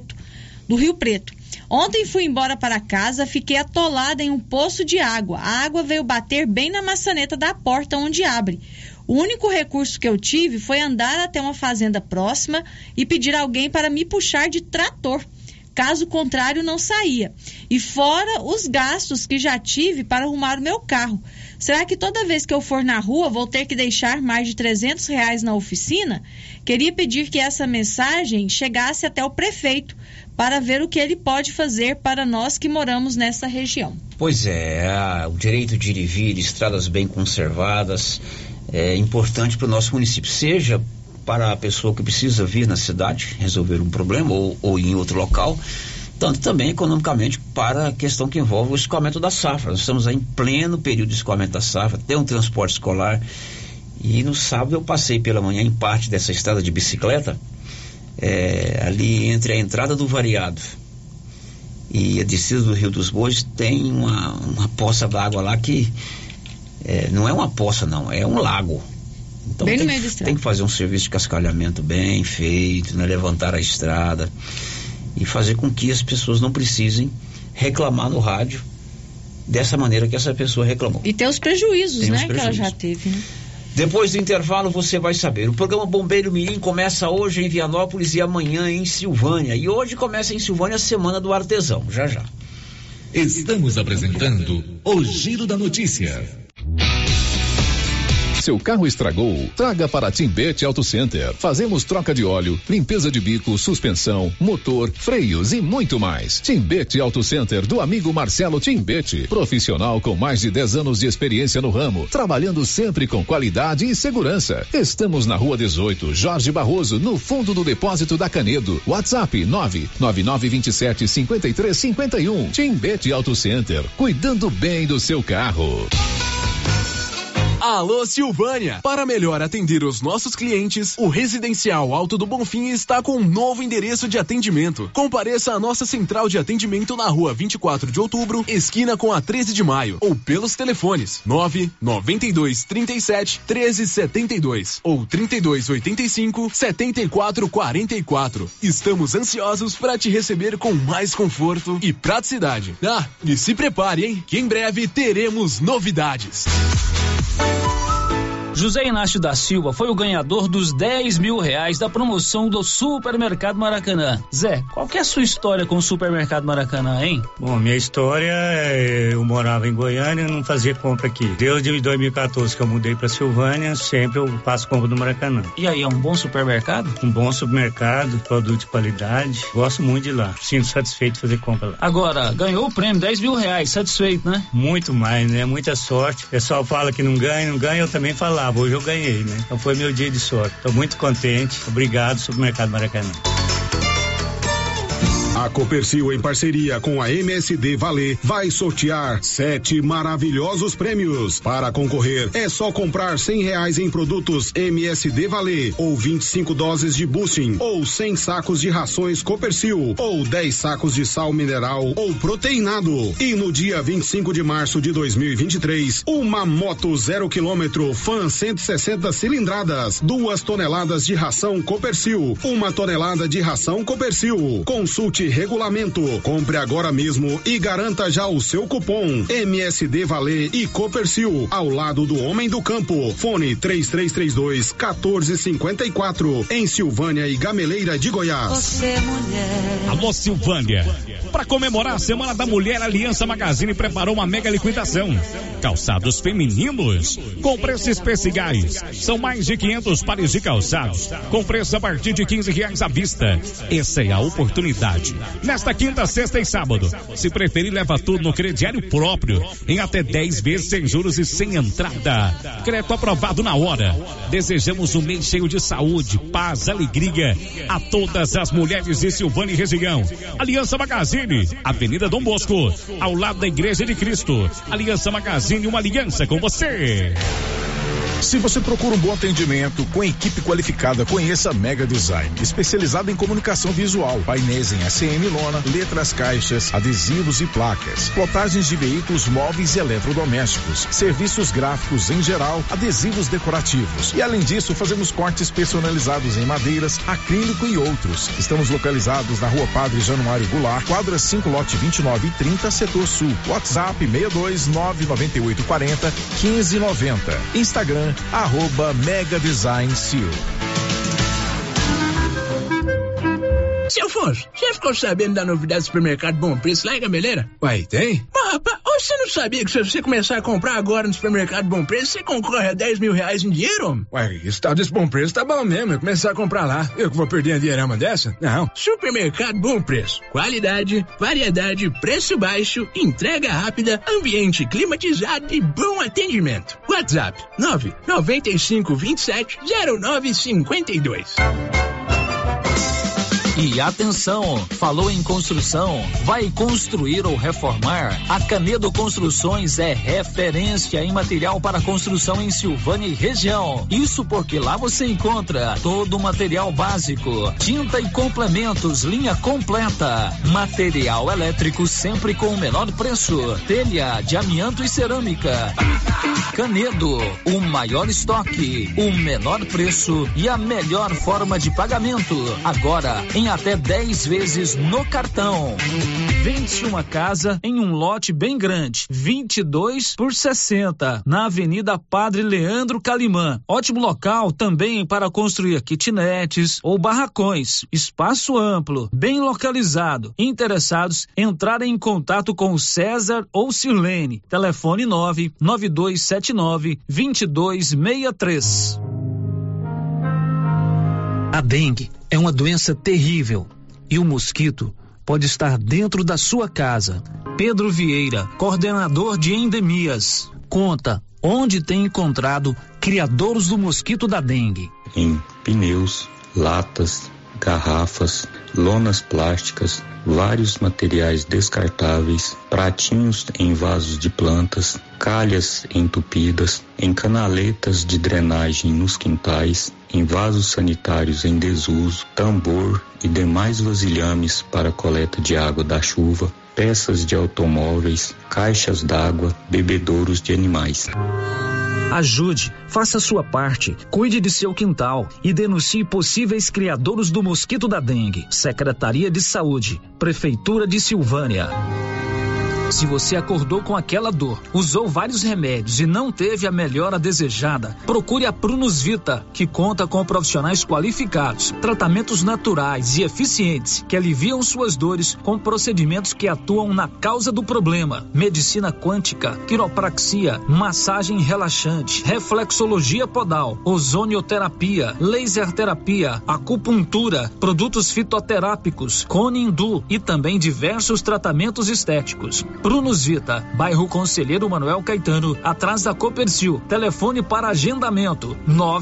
do Rio Preto. Ontem fui embora para casa, fiquei atolada em um poço de água. A água veio bater bem na maçaneta da porta onde abre. O único recurso que eu tive foi andar até uma fazenda próxima e pedir alguém para me puxar de trator. Caso contrário, não saía. E fora os gastos que já tive para arrumar o meu carro. Será que toda vez que eu for na rua vou ter que deixar mais de R$300 na oficina? Queria pedir que essa mensagem chegasse até o prefeito para ver o que ele pode fazer para nós que moramos nessa região. Pois é, o direito de ir e vir, estradas bem conservadas, é importante para o nosso município, seja para a pessoa que precisa vir na cidade resolver um problema ou em outro local, tanto também economicamente para a questão que envolve o escoamento da safra. Nós estamos aí em pleno período de escoamento da safra, tem um transporte escolar, e no sábado eu passei pela manhã em parte dessa estrada de bicicleta, ali entre a entrada do Variado e a descida do Rio dos Bois, tem uma poça d'água lá que não é uma poça não, é um lago. Então bem no meio da estrada. Tem que fazer um serviço de cascalhamento bem feito, né? Levantar a estrada e fazer com que as pessoas não precisem reclamar no rádio dessa maneira que essa pessoa reclamou. E tem os prejuízos, né? Que ela já teve, né? Depois do intervalo você vai saber. O programa Bombeiro Mirim começa hoje em Vianópolis e amanhã em Silvânia. E hoje começa em Silvânia a Semana do Artesão. Já já. Estamos apresentando o Giro da Notícia. Seu carro estragou? Traga para Timbete Auto Center. Fazemos troca de óleo, limpeza de bico, suspensão, motor, freios e muito mais. Timbete Auto Center do amigo Marcelo Timbete. Profissional com mais de 10 anos de experiência no ramo, trabalhando sempre com qualidade e segurança. Estamos na Rua 18, Jorge Barroso, no fundo do depósito da Canedo. WhatsApp 99927-5351. Timbete Auto Center, cuidando bem do seu carro. Alô, Silvânia! Para melhor atender os nossos clientes, o Residencial Alto do Bonfim está com um novo endereço de atendimento. Compareça à nossa central de atendimento na rua 24 de outubro, esquina com a 13 de maio, ou pelos telefones 99237-1372 ou 3285-7444. Estamos ansiosos para te receber com mais conforto e praticidade. Ah, e se prepare, hein? Que em breve teremos novidades. José Inácio da Silva foi o ganhador dos R$10.000 da promoção do Supermercado Maracanã. Zé, qual que é a sua história com o Supermercado Maracanã, hein? Bom, minha história eu morava em Goiânia e não fazia compra aqui. Desde 2014 que eu mudei para Silvânia, sempre eu faço compra no Maracanã. E aí, é um bom supermercado? Um bom supermercado, produto de qualidade. Gosto muito de ir lá. Sinto satisfeito de fazer compra lá. Agora, ganhou o prêmio, R$10.000, satisfeito, né? Muito mais, né? Muita sorte. O pessoal fala que não ganha, eu também falo. Hoje eu ganhei, né? Então foi meu dia de sorte. Estou muito contente. Obrigado, Supermercado Maracanã. A Copercil, em parceria com a MSD Valer, vai sortear 7 maravilhosos prêmios. Para concorrer, é só comprar R$100 em produtos MSD Valer, ou 25 doses de boosting, ou 100 sacos de rações Copercil, ou 10 sacos de sal mineral ou proteinado. E no dia 25 de março de 2023, uma moto 0 km Fan 160 cilindradas, 2 toneladas de ração Copercil, 1 tonelada de ração Copercil. Consulte regulamento. Compre agora mesmo e garanta já o seu cupom MSD Valer e Copercil, ao lado do Homem do Campo. Fone 3332-1454, em Silvânia e Gameleira de Goiás. Você, mulher. Alô, Silvânia. Para comemorar a Semana da Mulher, a Aliança Magazine preparou uma mega liquidação. Calçados femininos com preços especiais. São mais de 500 pares de calçados com preço a partir de R$15 à vista. Essa é a oportunidade. Nesta quinta, sexta e sábado. Se preferir, leva tudo no crediário próprio, em até 10 vezes sem juros e sem entrada. Crédito aprovado na hora. Desejamos um mês cheio de saúde, paz, alegria a todas as mulheres de Silvânia e região. Aliança Magazine, Avenida Dom Bosco, ao lado da Igreja de Cristo. Aliança Magazine, uma aliança com você. Se você procura um bom atendimento com equipe qualificada, conheça a Mega Design, especializada em comunicação visual, painéis em ACM lona, letras, caixas, adesivos e placas, plotagens de veículos móveis e eletrodomésticos, serviços gráficos em geral, adesivos decorativos. E além disso, fazemos cortes personalizados em madeiras, acrílico e outros. Estamos localizados na Rua Padre Januário Goulart, quadra 5, lote 29 e 30, setor sul. WhatsApp 62998401590. Instagram @MegaDesignSil. Seu Afonso, você ficou sabendo da novidade do supermercado Bom Preço lá em Gameleira? Uai, tem? Mas, rapaz, você não sabia que se você começar a comprar agora no supermercado Bom Preço, você concorre a R$10.000 em dinheiro? Uai, esse tal desse Bom Preço tá bom mesmo, eu começar a comprar lá. Eu que vou perder a dinheirama dessa? Não. Supermercado Bom Preço. Qualidade, variedade, preço baixo, entrega rápida, ambiente climatizado e bom atendimento. WhatsApp 995270952. E atenção, falou em construção, vai construir ou reformar? A Canedo Construções é referência em material para construção em Silvânia e região. Isso porque lá você encontra todo o material básico, tinta e complementos, linha completa, material elétrico sempre com o menor preço, telha de amianto e cerâmica. Canedo, o maior estoque, o menor preço e a melhor forma de pagamento. Agora em até 10 vezes no cartão. Vende-se uma casa em um lote bem grande, 22 por 60, na Avenida Padre Leandro Calimã. Ótimo local também para construir kitnetes ou barracões. Espaço amplo, bem localizado. Interessados, entrarem em contato com o César ou Sirlene. Telefone 99279-2263. A dengue é uma doença terrível e o mosquito pode estar dentro da sua casa. Pedro Vieira, coordenador de endemias, conta onde tem encontrado criadouros do mosquito da dengue. Em pneus, latas, garrafas, lonas plásticas, vários materiais descartáveis, pratinhos em vasos de plantas, calhas entupidas, em canaletas de drenagem nos quintais, em vasos sanitários em desuso, tambor e demais vasilhames para coleta de água da chuva, peças de automóveis, caixas d'água, bebedouros de animais. Ajude, faça sua parte, cuide de seu quintal e denuncie possíveis criadouros do mosquito da dengue. Secretaria de Saúde, Prefeitura de Silvânia. Se você acordou com aquela dor, usou vários remédios e não teve a melhora desejada, procure a Prunus Vita, que conta com profissionais qualificados, tratamentos naturais e eficientes que aliviam suas dores com procedimentos que atuam na causa do problema: medicina quântica, quiropraxia, massagem relaxante, reflexologia podal, ozonioterapia, laser terapia, acupuntura, produtos fitoterápicos, cone hindu e também diversos tratamentos estéticos. Prunus Vita, bairro Conselheiro Manuel Caetano, atrás da Copercil. Telefone para agendamento: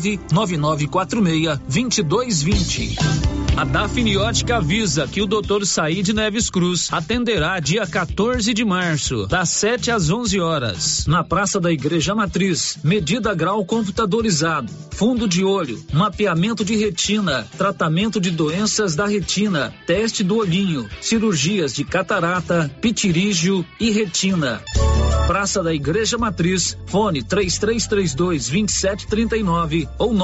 99946-2220. A Dafniótica avisa que o Dr. Saíde Neves Cruz atenderá dia 14 de março, das 7 às 11 horas, na Praça da Igreja Matriz. Medida grau computadorizado, fundo de olho, mapeamento de retina, tratamento de doenças da retina, teste do olhinho, cirurgias de catarata, pitirígio e retina. Praça da Igreja Matriz, fone 3332-2739 ou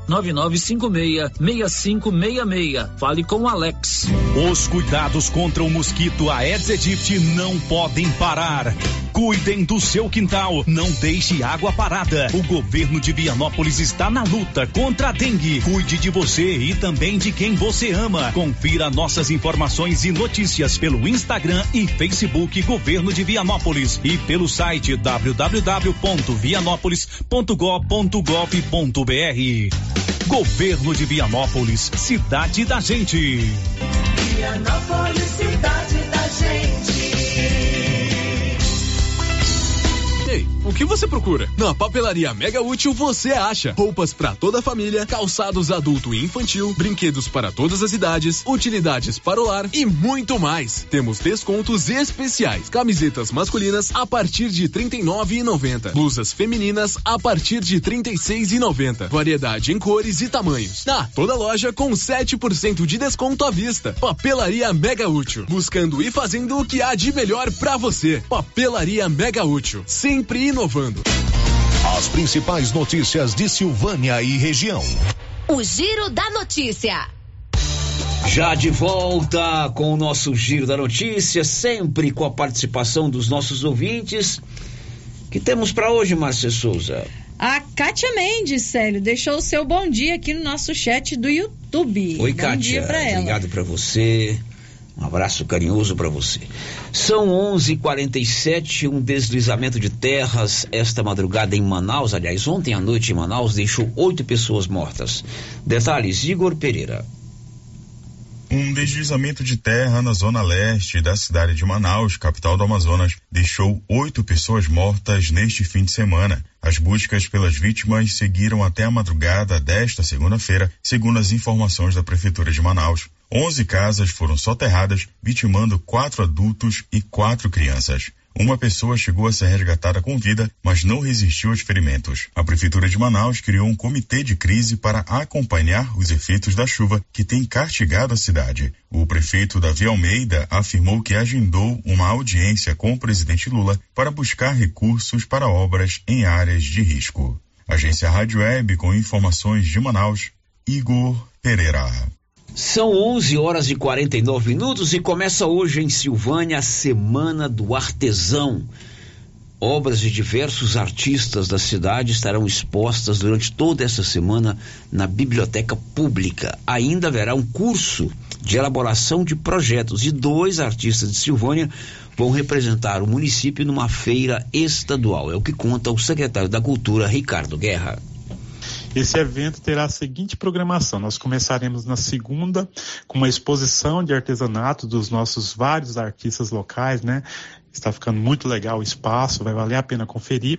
99956-6566. Fale com o Alex. Os cuidados contra o mosquito Aedes aegypti não podem parar. Cuidem do seu quintal, não deixe água parada. O governo de Vianópolis está na luta contra a dengue. Cuide de você e também de quem você ama. Confira nossas informações e notícias pelo Instagram e Facebook Governo de Vianópolis e pelo site www.vianópolis.gov.br. Governo de Vianópolis, cidade da gente. Vianópolis, cidade da gente. Ei, o que você procura? Na Papelaria Mega Útil você acha roupas para toda a família, calçados adulto e infantil, brinquedos para todas as idades, utilidades para o lar e muito mais. Temos descontos especiais: camisetas masculinas a partir de R$ 39,90, blusas femininas a partir de R$ 36,90, variedade em cores e tamanhos. Toda loja com 7% de desconto à vista. Papelaria Mega Útil, buscando e fazendo o que há de melhor para você. Papelaria Mega Útil, sempre inovando. As principais notícias de Silvânia e região. O Giro da Notícia. Já de volta com o nosso Giro da Notícia, sempre com a participação dos nossos ouvintes. Que temos para hoje, Márcia Souza? A Kátia Mendes, Célio, deixou o seu bom dia aqui no nosso chat do YouTube. Oi, bom Kátia. Dia pra ela. Obrigado para você. Um abraço carinhoso para você. São 11h47, um deslizamento de terras esta madrugada em Manaus, aliás, ontem à noite em Manaus, deixou 8 pessoas mortas. Detalhes, Igor Pereira. Um deslizamento de terra na zona leste da cidade de Manaus, capital do Amazonas, deixou 8 pessoas mortas neste fim de semana. As buscas pelas vítimas seguiram até a madrugada desta segunda-feira, segundo as informações da Prefeitura de Manaus. 11 casas foram soterradas, vitimando 4 adultos e 4 crianças. Uma pessoa chegou a ser resgatada com vida, mas não resistiu aos ferimentos. A Prefeitura de Manaus criou um comitê de crise para acompanhar os efeitos da chuva que tem castigado a cidade. O prefeito Davi Almeida afirmou que agendou uma audiência com o presidente Lula para buscar recursos para obras em áreas de risco. Agência Rádio Web com informações de Manaus, Igor Pereira. São 11h49 e começa hoje em Silvânia a Semana do Artesão. Obras de diversos artistas da cidade estarão expostas durante toda essa semana na Biblioteca Pública. Ainda haverá um curso de elaboração de projetos e 2 artistas de Silvânia vão representar o município numa feira estadual. É o que conta o secretário da Cultura, Ricardo Guerra. Esse evento terá a seguinte programação: nós começaremos na segunda com uma exposição de artesanato dos nossos vários artistas locais, né? Está ficando muito legal o espaço, vai valer a pena conferir.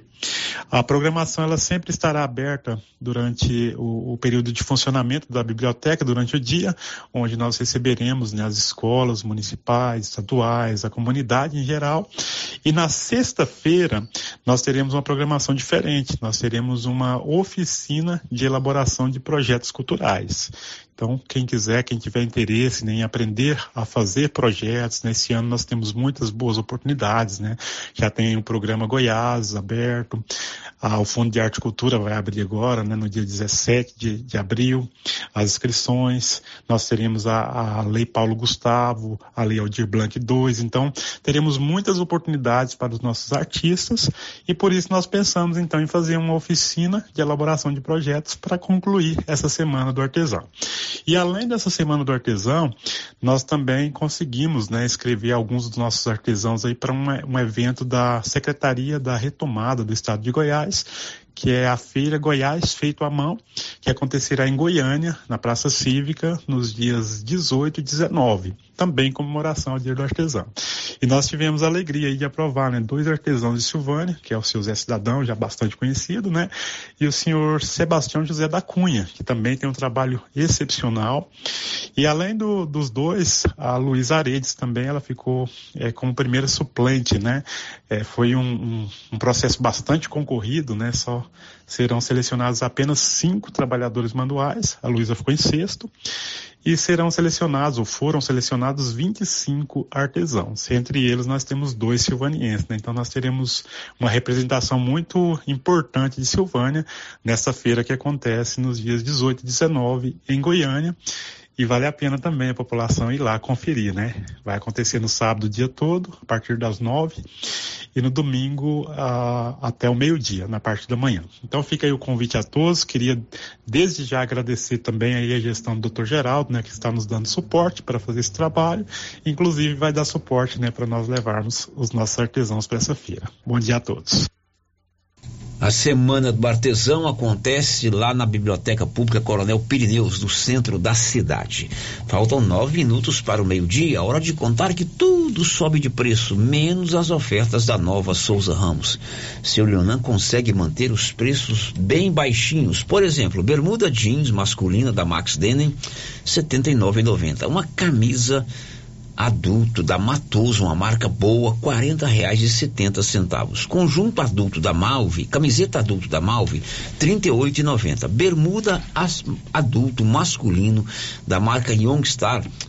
A programação ela sempre estará aberta durante o período de funcionamento da biblioteca, durante o dia, onde nós receberemos, né, as escolas municipais, estaduais, a comunidade em geral. E na sexta-feira nós teremos uma programação diferente. Nós teremos uma oficina de elaboração de projetos culturais. Então, quem tiver interesse, né, em aprender a fazer projetos, nesse ano nós temos muitas boas oportunidades, né? Já tem o programa Goiás aberto, o Fundo de Arte e Cultura vai abrir agora, né, no dia 17 de abril, as inscrições. Nós teremos a Lei Paulo Gustavo, a Lei Aldir Blanc II. Então, teremos muitas oportunidades para os nossos artistas e por isso nós pensamos, então, em fazer uma oficina de elaboração de projetos para concluir essa Semana do Artesão. E além dessa Semana do Artesão, nós também conseguimos, né, inscrever alguns dos nossos artesãos aí para um evento da Secretaria da Retomada do Estado de Goiás, que é a Feira Goiás Feito à Mão, que acontecerá em Goiânia, na Praça Cívica, nos dias 18 e 19, também em comemoração ao Dia do Artesão. E nós tivemos a alegria aí de aprovar, né, 2 artesãos de Silvânia, que é o seu Zé Cidadão, já bastante conhecido, né, e o senhor Sebastião José da Cunha, que também tem um trabalho excepcional. E além dos 2, a Luísa Aredes também, ela ficou como primeira suplente, né, foi um processo bastante concorrido, né, só serão selecionados apenas 5 trabalhadores manuais, a Luísa ficou em 6º, e foram selecionados 25 artesãos. Entre eles nós temos 2 silvanienses, né? Então nós teremos uma representação muito importante de Silvânia nessa feira que acontece nos dias 18 e 19 em Goiânia. E vale a pena também a população ir lá conferir, né? Vai acontecer no sábado o dia todo, a partir das 9, e no domingo até o meio-dia, na parte da manhã. Então fica aí o convite a todos. Queria desde já agradecer também aí a gestão do Dr. Geraldo, né, que está nos dando suporte para fazer esse trabalho. Inclusive vai dar suporte, né, para nós levarmos os nossos artesãos para essa feira. Bom dia a todos. A Semana do Artesão acontece lá na Biblioteca Pública Coronel Pirineus, no centro da cidade. Faltam 9 minutos para o meio-dia, hora de contar que tudo sobe de preço, menos as ofertas da Nova Souza Ramos. Seu Leonan consegue manter os preços bem baixinhos. Por exemplo, bermuda jeans masculina da Max Denim, R$ 79,90. Uma camisa adulto da Matoso, uma marca boa, R$ 40,70. Conjunto adulto da Malve, camiseta adulto da Malve, R$ 38,90. Bermuda adulto masculino da marca Youngstar, R$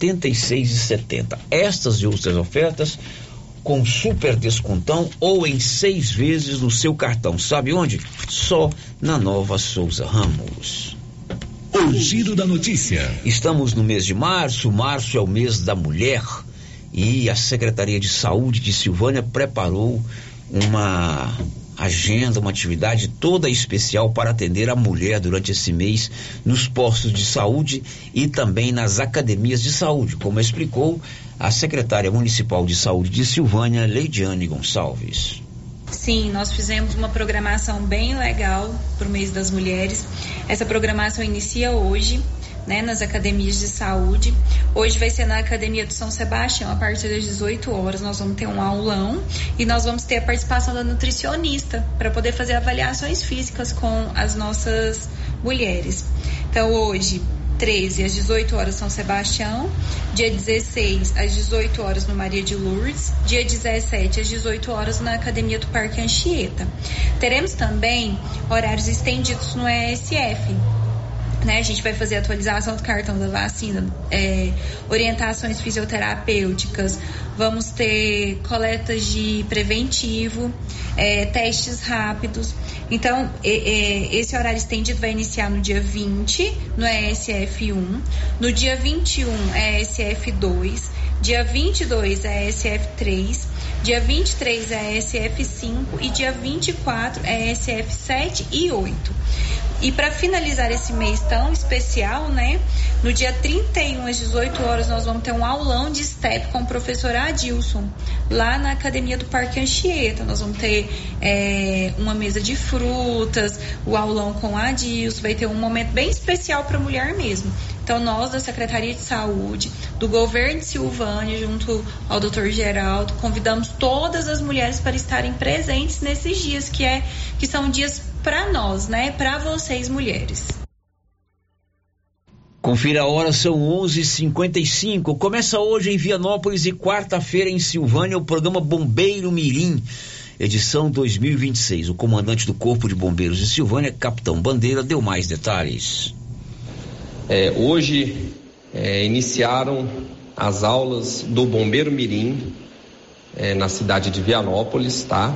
76,70. Estas e outras ofertas com super descontão ou em 6 vezes no seu cartão. Sabe onde? Só na Nova Souza Ramos. O Giro da Notícia. Estamos no mês de março. Março é o mês da mulher e a Secretaria de Saúde de Silvânia preparou uma agenda, uma atividade toda especial para atender a mulher durante esse mês nos postos de saúde e também nas academias de saúde, como explicou a secretária municipal de saúde de Silvânia, Leidiane Gonçalves. Sim, nós fizemos uma programação bem legal para o mês das mulheres. Essa programação inicia hoje, né, nas academias de saúde. Hoje vai ser na Academia do São Sebastião, a partir das 18 horas. Nós vamos ter um aulão e nós vamos ter a participação da nutricionista para poder fazer avaliações físicas com as nossas mulheres. Então, hoje, 13 às 18 horas São Sebastião, dia 16 às 18 horas no Maria de Lourdes, dia 17 às 18 horas na Academia do Parque Anchieta. Teremos também horários estendidos no ESF. Né, a gente vai fazer a atualização do cartão da vacina, orientações fisioterapêuticas, vamos ter coletas de preventivo, testes rápidos. Então, esse horário estendido vai iniciar no dia 20, no ESF1, no dia 21, ESF2, dia 22, ESF3, dia 23, ESF5 e dia 24, ESF7 e 8. E para finalizar esse mês tão especial, né? No dia 31 às 18 horas nós vamos ter um aulão de STEP com o professor Adilson, lá na Academia do Parque Anchieta. Nós vamos ter uma mesa de frutas, o aulão com a Adilson, vai ter um momento bem especial para a mulher mesmo. Então nós da Secretaria de Saúde, do Governo de Silvânia, junto ao Dr. Geraldo, convidamos todas as mulheres para estarem presentes nesses dias que são dias para nós, né? Para vocês mulheres. Confira a hora, são 11h55. Começa hoje em Vianópolis e quarta-feira em Silvânia o programa Bombeiro Mirim, edição 2026. O comandante do Corpo de Bombeiros de Silvânia, Capitão Bandeira, deu mais detalhes. Hoje iniciaram as aulas do Bombeiro Mirim na cidade de Vianópolis, tá?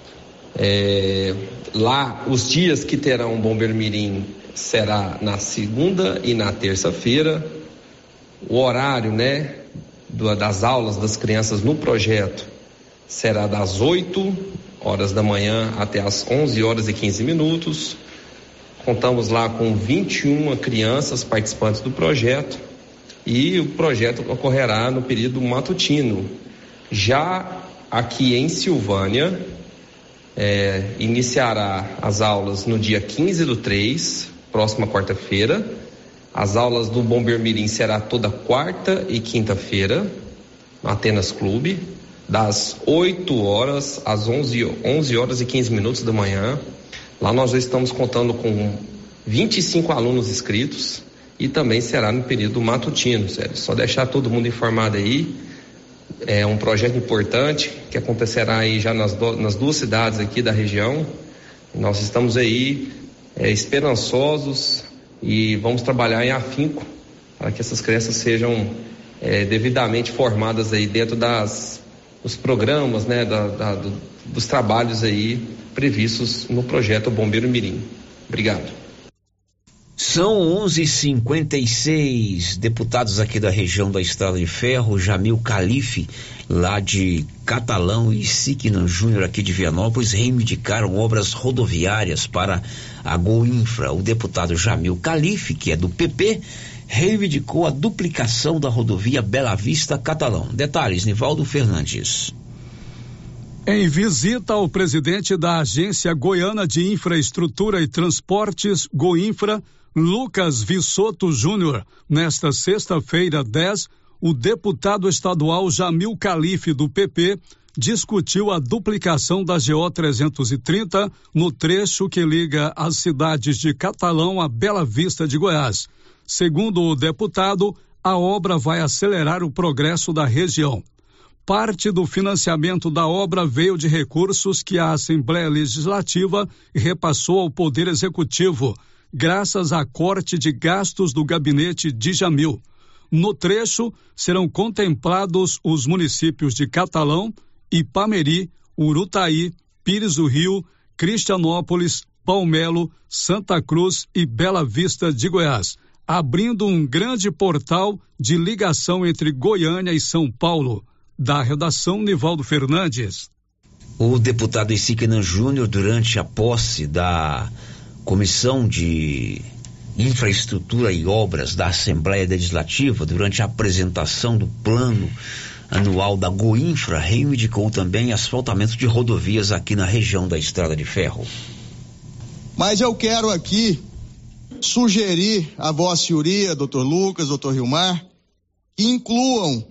Lá, os dias que terão Bombeiro Mirim será na segunda e na terça-feira. O horário, né, das aulas das crianças no projeto será das 8 horas da manhã até as 11 horas e 15 minutos. Contamos lá com 21 crianças participantes do projeto e o projeto ocorrerá no período matutino. Já aqui em Silvânia, iniciará as aulas no dia 15/3, próxima quarta-feira. As aulas do Bombeiro Mirim será toda quarta e quinta-feira, no Atenas Clube, das 8 horas às 11 horas e 15 minutos da manhã. Lá nós já estamos contando com 25 alunos inscritos e também será no período matutino, sério. Só deixar todo mundo informado aí. É um projeto importante que acontecerá aí já nas duas cidades aqui da região. Nós estamos aí esperançosos e vamos trabalhar em afinco para que essas crianças sejam devidamente formadas aí dentro dos programas, né, dos trabalhos aí previstos no projeto Bombeiro Mirim. Obrigado. São 11h56. Deputados aqui da região da Estrada de Ferro, Jamil Calife, lá de Catalão, e Siquenan Júnior, aqui de Vianópolis, reivindicaram obras rodoviárias para a Goinfra. O deputado Jamil Calife, que é do PP, reivindicou a duplicação da rodovia Bela Vista-Catalão. Detalhes, Nivaldo Fernandes. Em visita ao presidente da Agência Goiana de Infraestrutura e Transportes, Goinfra, Lucas Vissoto Júnior, nesta sexta-feira 10, o deputado estadual Jamil Calife, do PP, discutiu a duplicação da GO 330 no trecho que liga as cidades de Catalão a Bela Vista de Goiás. Segundo o deputado, a obra vai acelerar o progresso da região. Parte do financiamento da obra veio de recursos que a Assembleia Legislativa repassou ao Poder Executivo, graças a corte de gastos do gabinete de Jamil. No trecho, serão contemplados os municípios de Catalão, Ipameri, Urutaí, Pires do Rio, Cristianópolis, Palmelo, Santa Cruz e Bela Vista de Goiás, abrindo um grande portal de ligação entre Goiânia e São Paulo. Da redação, Nivaldo Fernandes. O deputado Siquenan Júnior, durante a posse da Comissão de Infraestrutura e Obras da Assembleia Legislativa, durante a apresentação do plano anual da Goinfra, reivindicou também asfaltamento de rodovias aqui na região da Estrada de Ferro. Mas eu quero aqui sugerir a Vossa Senhoria, doutor Lucas, doutor Rilmar, que incluam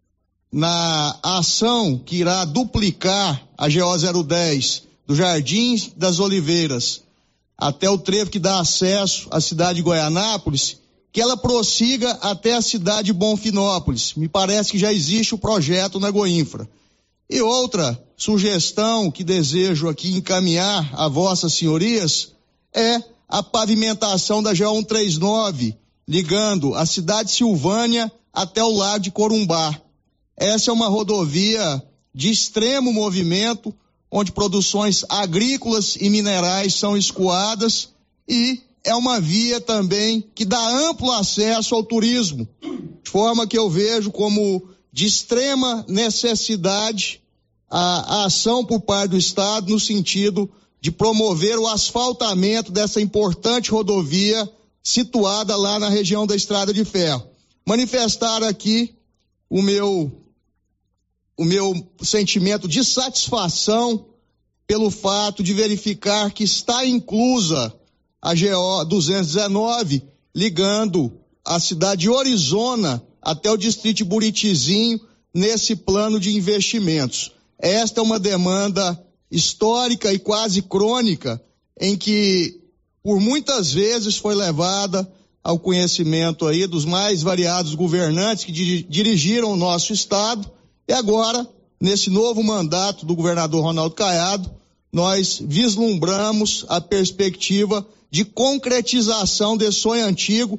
na ação que irá duplicar a GO 010 do Jardim das Oliveiras até o trevo que dá acesso à cidade de Goianápolis, que ela prossiga até a cidade de Bonfinópolis. Me parece que já existe o projeto na Goinfra. E outra sugestão que desejo aqui encaminhar a vossas senhorias é a pavimentação da GO 139, ligando a cidade de Silvânia até o lago de Corumbá. Essa é uma rodovia de extremo movimento, onde produções agrícolas e minerais são escoadas, e é uma via também que dá amplo acesso ao turismo, de forma que eu vejo como de extrema necessidade a ação por parte do Estado no sentido de promover o asfaltamento dessa importante rodovia situada lá na região da Estrada de Ferro. Manifestar aqui o meu sentimento de satisfação pelo fato de verificar que está inclusa a GO 219, ligando a cidade de Orizona até o distrito de Buritizinho, nesse plano de investimentos. Esta é uma demanda histórica e quase crônica, em que por muitas vezes foi levada ao conhecimento aí dos mais variados governantes que dirigiram o nosso estado, e agora, nesse novo mandato do governador Ronaldo Caiado, nós vislumbramos a perspectiva de concretização desse sonho antigo.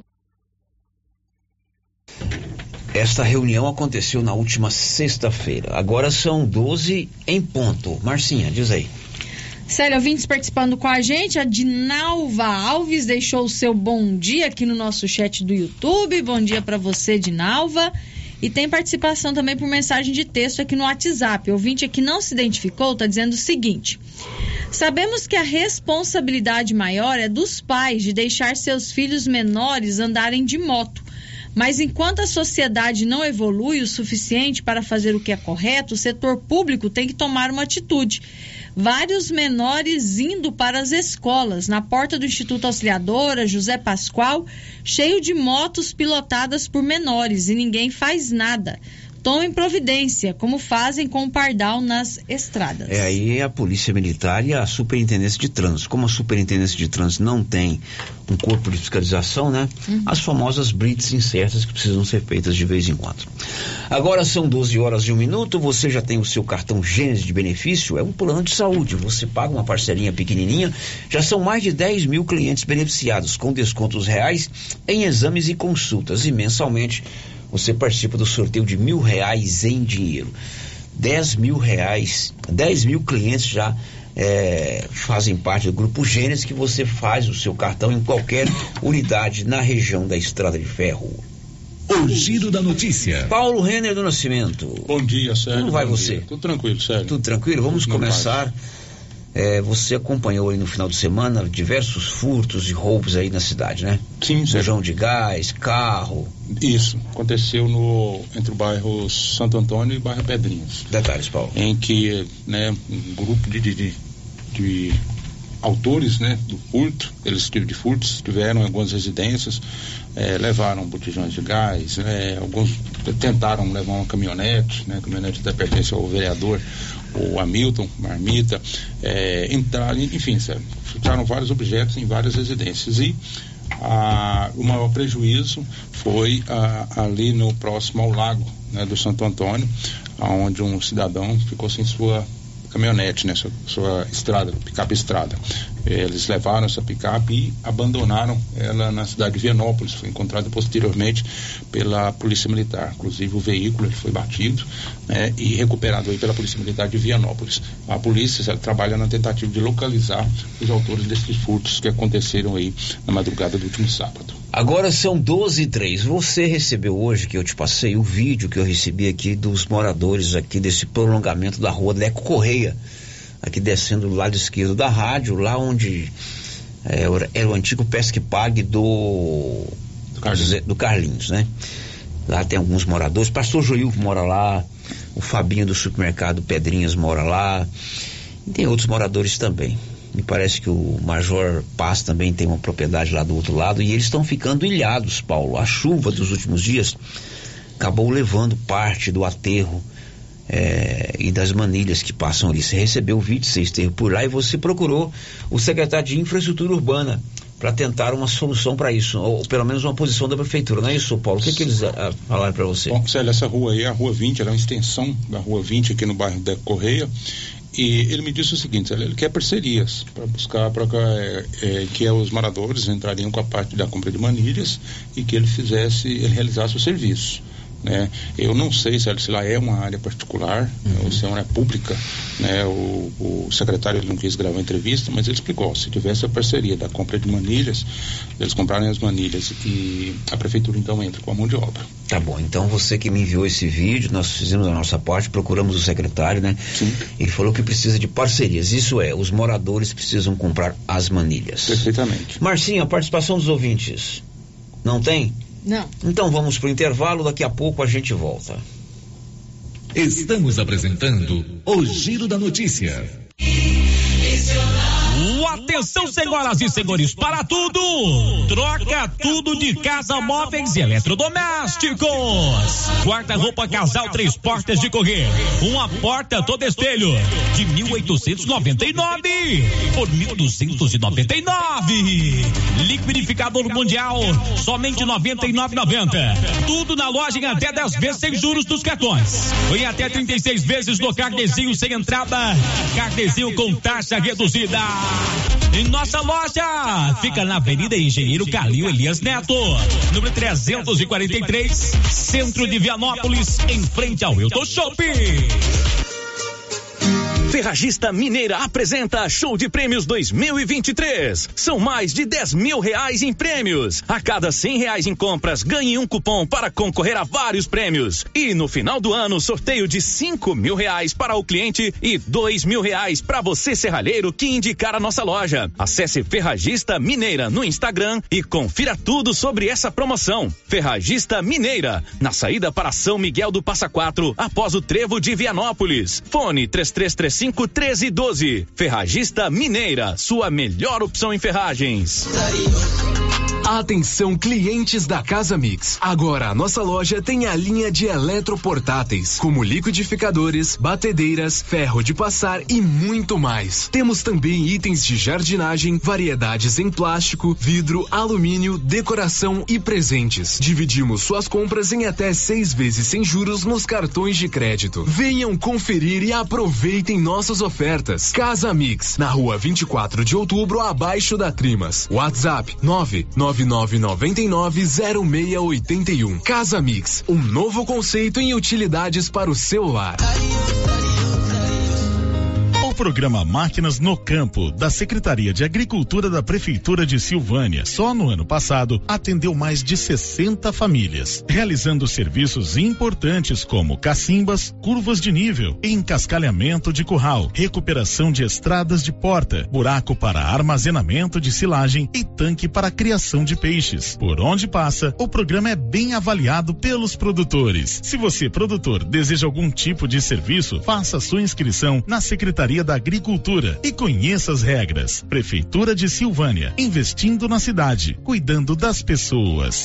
Esta reunião aconteceu na última sexta-feira. Agora são 12 em ponto. Marcinha, diz aí. Célio, ouvintes participando com a gente, a Dinalva Alves deixou o seu bom dia aqui no nosso chat do YouTube. Bom dia para você, Dinalva. E tem participação também por mensagem de texto aqui no WhatsApp. O ouvinte aqui não se identificou, está dizendo o seguinte: sabemos que a responsabilidade maior é dos pais de deixar seus filhos menores andarem de moto. Mas enquanto a sociedade não evolui o suficiente para fazer o que é correto, o setor público tem que tomar uma atitude. Vários menores indo para as escolas, na porta do Instituto Auxiliadora, José Pascoal, cheio de motos pilotadas por menores e ninguém faz nada. Tomem providência, como fazem com o Pardal nas estradas. Aí a Polícia Militar e a Superintendência de Trânsito. Como a Superintendência de Trânsito não tem um corpo de fiscalização, né? As famosas blitz incertas que precisam ser feitas de vez em quando. Agora são 12 horas e 1 minuto, você já tem o seu cartão Gênesis de benefício, é um plano de saúde, você paga uma parcelinha pequenininha, já são mais de 10 mil clientes beneficiados, com descontos reais em exames e consultas, e mensalmente você participa do sorteio de R$1.000 em dinheiro. 10 mil clientes já fazem parte do Grupo Gênesis, que você faz o seu cartão em qualquer unidade na região da Estrada de Ferro. O Giro da Notícia. Paulo Renner do Nascimento. Bom dia, Sérgio. Como vai você? Tudo tranquilo, Sérgio. Tudo tranquilo? Vamos começar. Você acompanhou aí no final de semana diversos furtos e roubos aí na cidade, né? Sim, Sérgio. Bujão de gás, carro. Isso, aconteceu entre o bairro Santo Antônio e o bairro Pedrinhas. Detalhes, Paulo. Em que, né, um grupo de autores, né, do furto, de furtos, tiveram em algumas residências, levaram botijões de gás, alguns tentaram levar uma caminhonete, né, a caminhonete até pertence ao vereador, o Hamilton, marmita, entraram, enfim, chutaram vários objetos em várias residências, e o maior prejuízo foi ali no próximo ao lago, né, do Santo Antônio, onde um cidadão ficou sem sua caminhonete, né, sua estrada, picape estrada. Eles levaram essa picape e abandonaram ela na cidade de Vianópolis. Foi encontrada posteriormente pela Polícia Militar. Inclusive o veículo foi batido, né, e recuperado aí pela Polícia Militar de Vianópolis. A polícia trabalha na tentativa de localizar os autores desses furtos que aconteceram aí na madrugada do último sábado. Agora são 12h03. Você recebeu hoje, que eu te passei, o vídeo que eu recebi aqui dos moradores aqui desse prolongamento da rua Leco Correia, aqui descendo do lado esquerdo da rádio, lá onde era o antigo Pesque Pague do Carlinhos, né? Lá tem alguns moradores, pastor Joil mora lá, o Fabinho do supermercado Pedrinhas mora lá, e tem outros moradores também. Me parece que o Major Paz também tem uma propriedade lá do outro lado, e eles estão ficando ilhados, Paulo. A chuva dos últimos dias acabou levando parte do aterro e das manilhas que passam ali. Você recebeu o vídeo, você esteve por lá e você procurou o secretário de Infraestrutura Urbana para tentar uma solução para isso, ou pelo menos uma posição da prefeitura, não é isso, Paulo? O que eles falaram para você? Bom, Célio, essa rua aí é a Rua 20, ela é uma extensão da Rua 20 aqui no bairro da Correia, e ele me disse o seguinte: ele quer parcerias para buscar que os moradores entrariam com a parte da compra de manilhas e que ele realizasse o serviço. né? Eu não sei se lá é uma área particular ou se é uma área pública, né? O secretário ele não quis gravar a entrevista, mas ele explicou, se tivesse a parceria da compra de manilhas, eles comprarem as manilhas e a prefeitura então entra com a mão de obra. Tá bom, então você que me enviou esse vídeo, nós fizemos a nossa parte, procuramos o secretário, né? Sim. Ele falou que precisa de parcerias, isso é, os moradores precisam comprar as manilhas. Perfeitamente. Marcinha, a participação dos ouvintes, não tem? Não. Então vamos pro intervalo, daqui a pouco a gente volta. Estamos apresentando o Giro da Notícia. Atenção, senhoras e senhores, para tudo! Troca tudo de casa, móveis e eletrodomésticos. Guarda-roupa casal 3 portas de correr, uma porta todo espelho de 1.899 por 1.299. Liquidificador mundial somente 99,90. Tudo na loja em até 10 vezes sem juros dos cartões. Em até 36 vezes no carnezinho sem entrada, carnezinho com taxa reduzida. Em nossa loja, fica na Avenida Engenheiro Calil Elias Neto, número 343, centro de Vianópolis, em frente ao Hilton Shopping. Ferragista Mineira apresenta Show de Prêmios 2023. São mais de 10 mil reais em prêmios. A cada 100 reais em compras, ganhe um cupom para concorrer a vários prêmios. E no final do ano, sorteio de 5 mil reais para o cliente e 2 mil reais para você, serralheiro, que indicar a nossa loja. Acesse Ferragista Mineira no Instagram e confira tudo sobre essa promoção. Ferragista Mineira, na saída para São Miguel do Passa Quatro, após o trevo de Vianópolis. Fone 3335 1312. Ferragista Mineira, sua melhor opção em ferragens. Atenção, clientes da Casa Mix. Agora a nossa loja tem a linha de eletroportáteis, como liquidificadores, batedeiras, ferro de passar e muito mais. Temos também itens de jardinagem, variedades em plástico, vidro, alumínio, decoração e presentes. Dividimos suas compras em até 6 vezes sem juros nos cartões de crédito. Venham conferir e aproveitem nossas ofertas. Casa Mix, na rua 24 de outubro, abaixo da Trimas. WhatsApp 999990681. Casa Mix, um novo conceito em utilidades para o seu lar. O programa Máquinas no Campo, da Secretaria de Agricultura da Prefeitura de Silvânia, só no ano passado, atendeu mais de 60 famílias, realizando serviços importantes como cacimbas, curvas de nível, encascalhamento de curral, recuperação de estradas de porta, buraco para armazenamento de silagem e tanque para criação de peixes. Por onde passa, o programa é bem avaliado pelos produtores. Se você, produtor, deseja algum tipo de serviço, faça sua inscrição na Secretaria da Agricultura e conheça as regras. Prefeitura de Silvânia, investindo na cidade, cuidando das pessoas.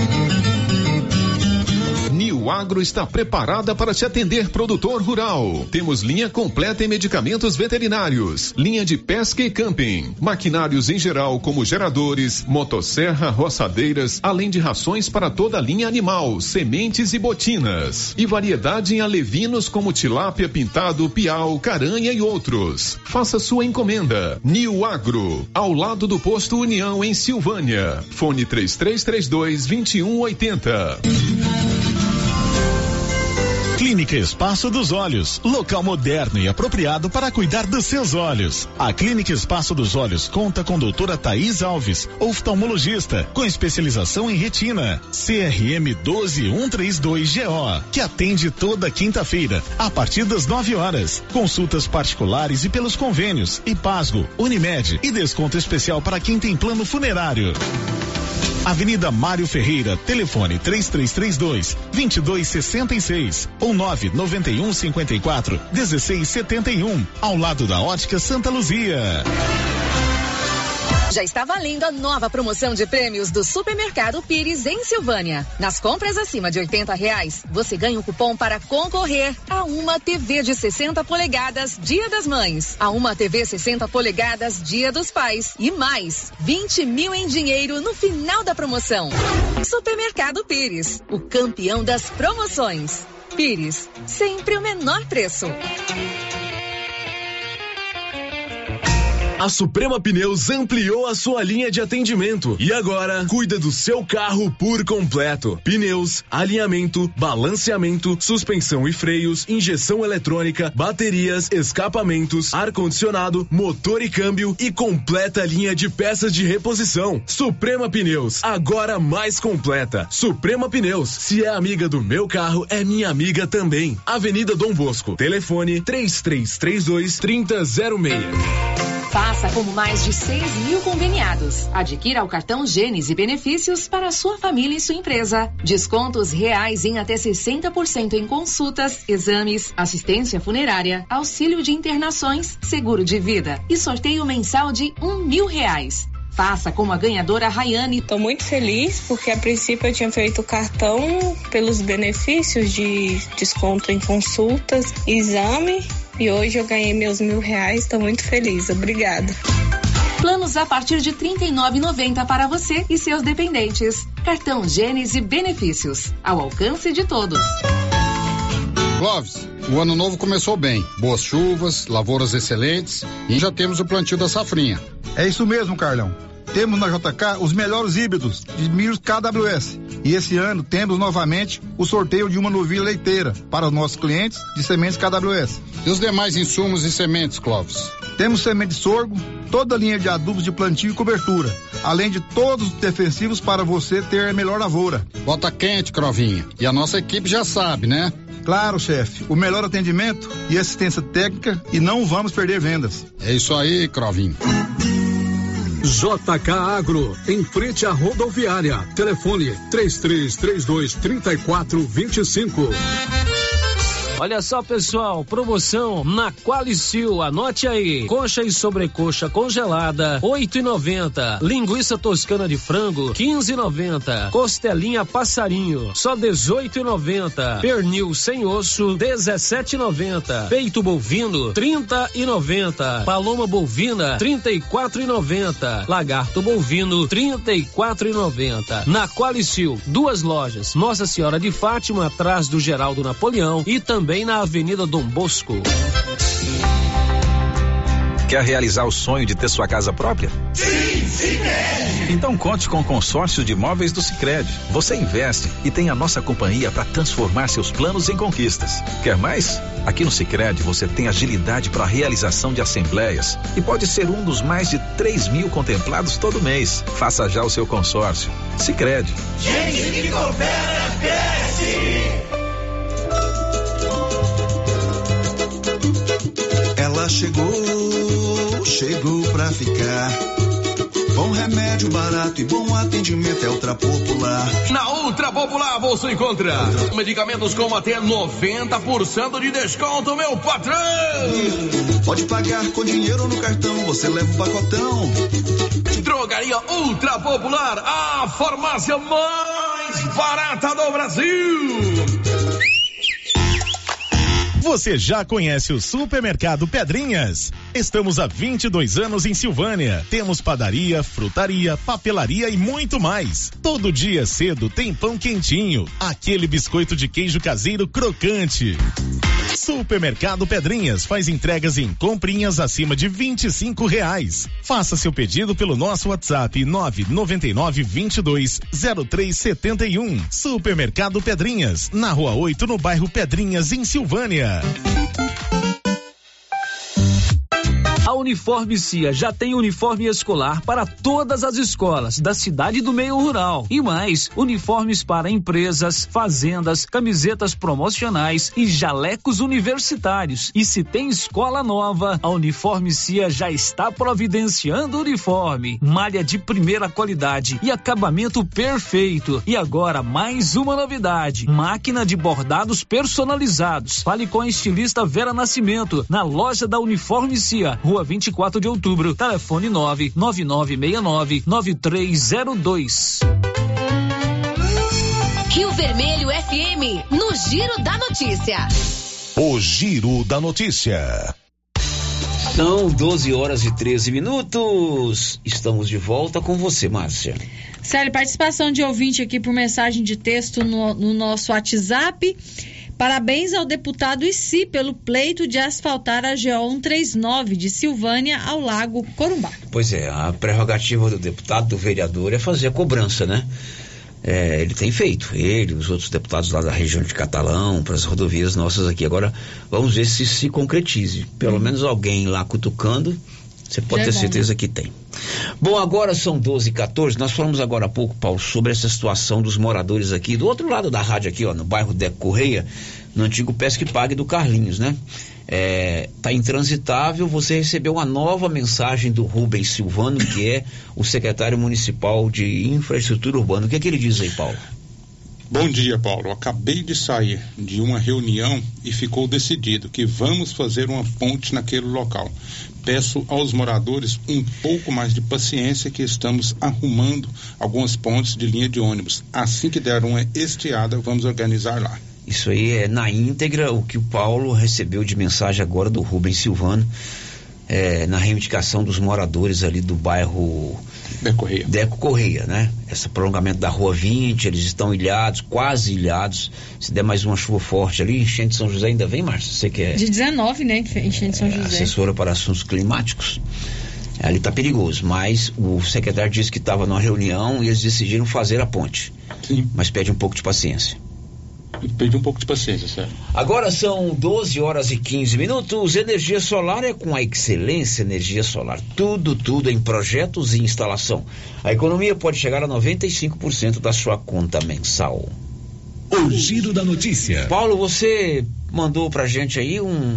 New Agro está preparada para te atender, produtor rural. Temos linha completa em medicamentos veterinários, linha de pesca e camping, maquinários em geral como geradores, motosserra, roçadeiras, além de rações para toda a linha animal, sementes e botinas. E variedade em alevinos como tilápia, pintado, piau, caranha e outros. Faça sua encomenda. New Agro, ao lado do posto União em Silvânia. Fone 3332-2180. Clínica Espaço dos Olhos, local moderno e apropriado para cuidar dos seus olhos. A Clínica Espaço dos Olhos conta com doutora Thaís Alves, oftalmologista, com especialização em retina, CRM 12132GO, que atende toda quinta-feira, a partir das 9 horas. Consultas particulares e pelos convênios, IPASGO, Unimed e desconto especial para quem tem plano funerário. Avenida Mário Ferreira, telefone 3332-2266 ou 99154-1671, ao lado da Ótica Santa Luzia. Já está valendo a nova promoção de prêmios do Supermercado Pires em Silvânia. Nas compras acima de R$80, você ganha um cupom para concorrer a uma TV de 60 polegadas Dia das Mães, a uma TV 60 polegadas Dia dos Pais e mais 20 mil em dinheiro no final da promoção. Supermercado Pires, o campeão das promoções. Pires, sempre o menor preço. A Suprema Pneus ampliou a sua linha de atendimento e agora cuida do seu carro por completo. Pneus, alinhamento, balanceamento, suspensão e freios, injeção eletrônica, baterias, escapamentos, ar-condicionado, motor e câmbio e completa linha de peças de reposição. Suprema Pneus, agora mais completa. Suprema Pneus, se é amiga do meu carro, é minha amiga também. Avenida Dom Bosco, telefone 3332-3006. Faça como mais de 6.000 conveniados. Adquira o cartão Gênese Benefícios para a sua família e sua empresa. Descontos reais em até 60% em consultas, exames, assistência funerária, auxílio de internações, seguro de vida e sorteio mensal de R$1.000. Faça como a ganhadora Rayane. Estou muito feliz porque a princípio eu tinha feito o cartão pelos benefícios de desconto em consultas, exame, e hoje eu ganhei meus R$1.000. Estou muito feliz. Obrigada. Planos a partir de R$ 39,90 para você e seus dependentes. Cartão Gênese Benefícios, ao alcance de todos. Clóvis, o ano novo começou bem. Boas chuvas, lavouras excelentes e já temos o plantio da safrinha. É isso mesmo, Carlão. Temos na JK os melhores híbridos de milhos KWS. E esse ano temos novamente o sorteio de uma novilha leiteira para os nossos clientes de sementes KWS. E os demais insumos e sementes, Clóvis? Temos semente de sorgo, toda a linha de adubos de plantio e cobertura, além de todos os defensivos para você ter a melhor lavoura. Bota quente, Crovinha. E a nossa equipe já sabe, né? Claro, chefe. O melhor atendimento e assistência técnica e não vamos perder vendas. É isso aí, Crovinha. JK Agro, em frente à rodoviária. Telefone 3332-3425. Olha só, pessoal, promoção na Qualicil, anote aí. Coxa e sobrecoxa congelada, 8,90. Linguiça toscana de frango, 15,90. Costelinha passarinho, só 18,90. Pernil sem osso, 17,90. Peito bovino, 30,90. Paloma bovina, 34,90. Lagarto bovino, 34,90. Na Qualicil, 2 lojas. Nossa Senhora de Fátima, atrás do Geraldo Napoleão, e também na Avenida Dom Bosco. Quer realizar o sonho de ter sua casa própria? Sim, Sicredi! Então conte com o consórcio de imóveis do Sicredi. Você investe e tem a nossa companhia para transformar seus planos em conquistas. Quer mais? Aqui no Sicredi você tem agilidade para a realização de assembleias e pode ser um dos mais de 3.000 contemplados todo mês. Faça já o seu consórcio. Sicredi. Gente que coopera, cresce! Ela chegou pra ficar. Bom remédio, barato e bom atendimento é Ultra Popular. Na Ultra Popular você encontra medicamentos com até 90% de desconto, meu patrão! Pode pagar com dinheiro no cartão, você leva um pacotão. Drogaria Ultra Popular, a farmácia mais barata do Brasil. Você já conhece o Supermercado Pedrinhas? Estamos há 22 anos em Silvânia. Temos padaria, frutaria, papelaria e muito mais. Todo dia cedo tem pão quentinho, aquele biscoito de queijo caseiro crocante. Supermercado Pedrinhas faz entregas em comprinhas acima de R$25. Faça seu pedido pelo nosso WhatsApp 999-22-0371. Supermercado Pedrinhas, na Rua 8, no bairro Pedrinhas, em Silvânia. A Uniforme Cia já tem uniforme escolar para todas as escolas da cidade e do meio rural. E mais, uniformes para empresas, fazendas, camisetas promocionais e jalecos universitários. E se tem escola nova, a Uniforme Cia já está providenciando uniforme. Malha de primeira qualidade e acabamento perfeito. E agora mais uma novidade: máquina de bordados personalizados. Fale com a estilista Vera Nascimento na loja da Uniforme Cia, Rua 24 de Outubro, telefone 99969-9302. Rio Vermelho FM, no Giro da Notícia. O Giro da Notícia. São 12h13. Estamos de volta com você, Márcia. Célio, participação de ouvinte aqui por mensagem de texto no nosso WhatsApp. Parabéns ao deputado Issi pelo pleito de asfaltar a GO 139 de Silvânia ao Lago Corumbá. Pois é, a prerrogativa do deputado, do vereador, é fazer a cobrança, né? Ele tem feito, ele, os outros deputados lá da região de Catalão, para as rodovias nossas aqui. Agora, vamos ver se concretize. Pelo menos alguém lá cutucando, você pode ter certeza que tem. Bom, agora são 12h14, nós falamos agora há pouco, Paulo, sobre essa situação dos moradores aqui, do outro lado da rádio aqui, ó, no bairro Deco Correia, no antigo Pesque Pague do Carlinhos, né? Tá intransitável. Você recebeu uma nova mensagem do Rubens Silvano, que é o secretário municipal de infraestrutura urbana. O que é que ele diz aí, Paulo? Bom dia, Paulo. Acabei de sair de uma reunião e ficou decidido que vamos fazer uma ponte naquele local. Peço aos moradores um pouco mais de paciência, que estamos arrumando algumas pontes de linha de ônibus. Assim que der uma estiada, vamos organizar lá. Isso aí é na íntegra o que o Paulo recebeu de mensagem agora do Rubens Silvano, na reivindicação dos moradores ali do bairro Deco Correia, né? Esse prolongamento da Rua 20, eles estão ilhados, quase ilhados. Se der mais uma chuva forte ali, enchente de São José ainda vem, Márcia? Você que é de 19, né? Enchente de São José. Assessora para assuntos climáticos. Ali tá perigoso, mas o secretário disse que estava numa reunião e eles decidiram fazer a ponte. Sim. Mas pede um pouco de paciência. Pede um pouco de paciência, sério. Agora são 12h15. Energia solar é com a Excelência Energia Solar. Tudo em projetos e instalação. A economia pode chegar a 95% da sua conta mensal. O giro da notícia. Paulo, você mandou pra gente aí um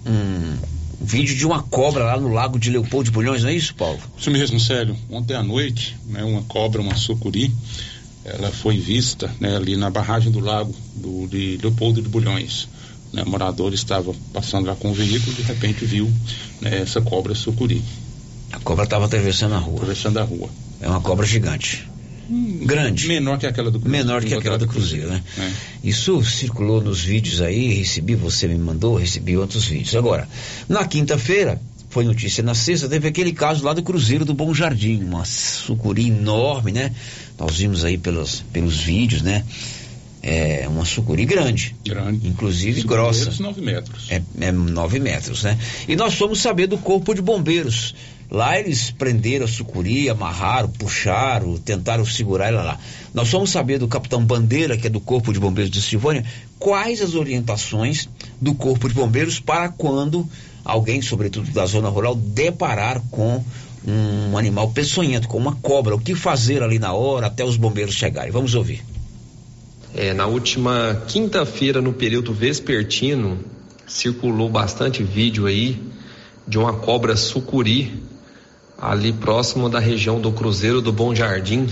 vídeo de uma cobra lá no Lago de Leopoldo de Bulhões, não é isso, Paulo? Isso mesmo, Célio. Ontem à noite, né, uma cobra, uma sucuri, ela foi vista, né, ali na barragem do lago de Leopoldo de Bulhões. Né, o morador estava passando lá com o veículo, de repente viu, né, essa cobra sucuri. A cobra estava atravessando a rua. É uma cobra gigante. Grande. Menor que aquela do Cruzeiro. Menor que aquela do Cruzeiro, né? Isso circulou nos vídeos aí, você me mandou, recebi outros vídeos. Agora, na quinta-feira, foi notícia na sexta, teve aquele caso lá do Cruzeiro do Bom Jardim, uma sucuri enorme, né? Nós vimos aí pelos vídeos, né? É uma sucuri grande. Inclusive grossa. 9 metros. É 9 metros, né? E nós fomos saber do Corpo de Bombeiros. Lá eles prenderam a sucuri, amarraram, puxaram, tentaram segurar ela lá. Nós fomos saber do Capitão Bandeira, que é do Corpo de Bombeiros de Silvânia, quais as orientações do Corpo de Bombeiros para quando alguém, sobretudo da zona rural, deparar com um animal peçonhento, com uma cobra. O que fazer ali na hora até os bombeiros chegarem? Vamos ouvir. Na última quinta-feira, no período vespertino, circulou bastante vídeo aí de uma cobra sucuri ali próximo da região do Cruzeiro do Bom Jardim.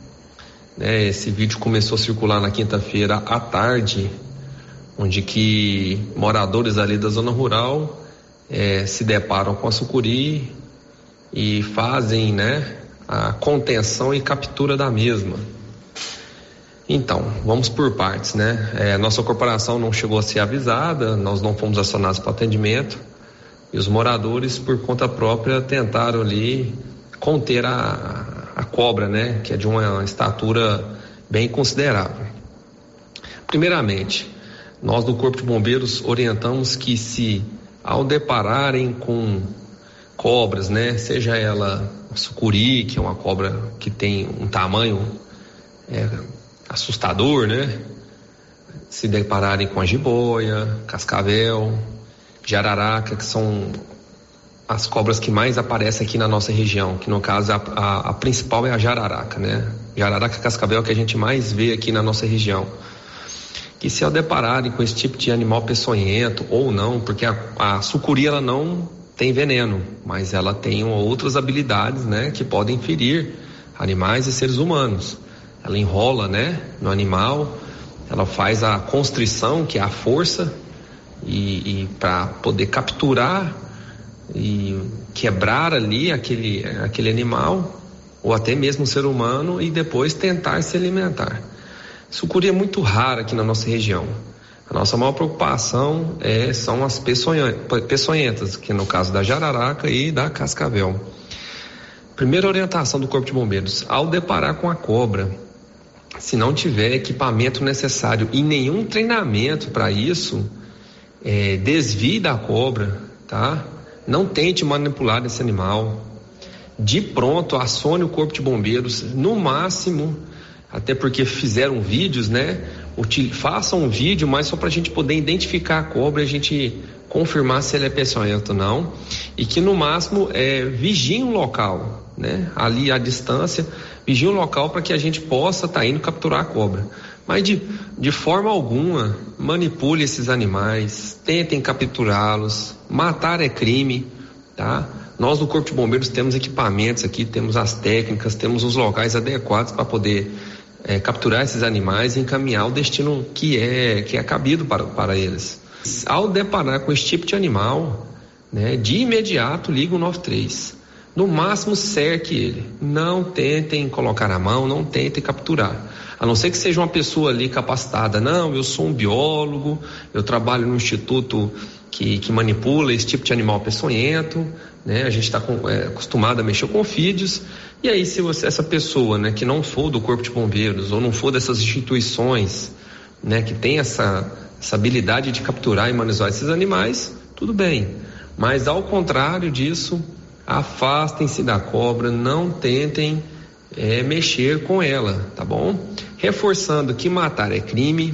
Esse vídeo começou a circular na quinta-feira à tarde, onde que moradores ali da zona rural se deparam com a sucuri e fazem, né, a contenção e captura da mesma. Então, vamos por partes, né? Nossa corporação não chegou a ser avisada, nós não fomos acionados para atendimento e os moradores, por conta própria, tentaram ali conter a cobra, né? Que é de uma estatura bem considerável. Primeiramente, nós do Corpo de Bombeiros orientamos que se ao depararem com cobras, né? Seja ela a sucuri, que é uma cobra que tem um tamanho assustador, né? Se depararem com a jiboia, cascavel, jararaca, que são as cobras que mais aparecem aqui na nossa região, que no caso a principal é a jararaca, né? Jararaca, cascavel, que a gente mais vê aqui na nossa região. Que se ao depararem com esse tipo de animal peçonhento ou não, porque a sucuri ela não tem veneno, mas ela tem outras habilidades, né? Que podem ferir animais e seres humanos. Ela enrola, né, no animal, ela faz a constrição, que é a força, e para poder capturar e quebrar ali aquele animal, ou até mesmo o ser humano, e depois tentar se alimentar. Sucuri é muito rara aqui na nossa região. A nossa maior preocupação são as peçonhentas, que no caso da jararaca e da cascavel. Primeira orientação do Corpo de Bombeiros: ao deparar com a cobra, se não tiver equipamento necessário e nenhum treinamento para isso, desvie da cobra, tá? Não tente manipular esse animal. De pronto, acione o corpo de bombeiros, no máximo, até porque fizeram vídeos, né? Façam um vídeo, mas só para a gente poder identificar a cobra e a gente confirmar se ele é peçonhento ou não. E que no máximo vigiem um local, né? Ali à distância, vigiem um local para que a gente possa estar indo capturar a cobra. Mas de forma alguma, manipule esses animais, tentem capturá-los. Matar é crime, tá? Nós do Corpo de Bombeiros temos equipamentos aqui, temos as técnicas, temos os locais adequados para poder capturar esses animais e encaminhar o destino que é cabido para eles. Ao deparar com esse tipo de animal, né, de imediato liga o 93. No máximo cerque ele. Não tentem colocar a mão, não tentem capturar. A não ser que seja uma pessoa ali capacitada. Não, eu sou um biólogo, eu trabalho no instituto que manipula esse tipo de animal peçonhento, né? A gente está acostumado a mexer com ofídeos. E aí, se essa pessoa, né, que não for do Corpo de Bombeiros ou não for dessas instituições, né, que tem essa habilidade de capturar e manusear esses animais, tudo bem. Mas ao contrário disso, afastem-se da cobra, não tentem mexer com ela, tá bom? Reforçando que matar é crime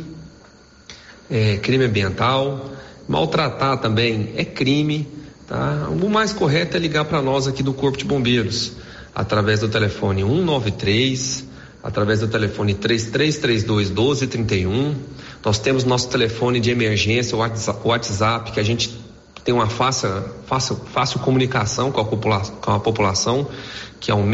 ambiental, maltratar também é crime, tá? O mais correto é ligar para nós aqui do Corpo de Bombeiros, através do telefone 193, através do telefone 3332-1231. Nós temos nosso telefone de emergência, o WhatsApp, que a gente tem uma fácil comunicação com a população, que é o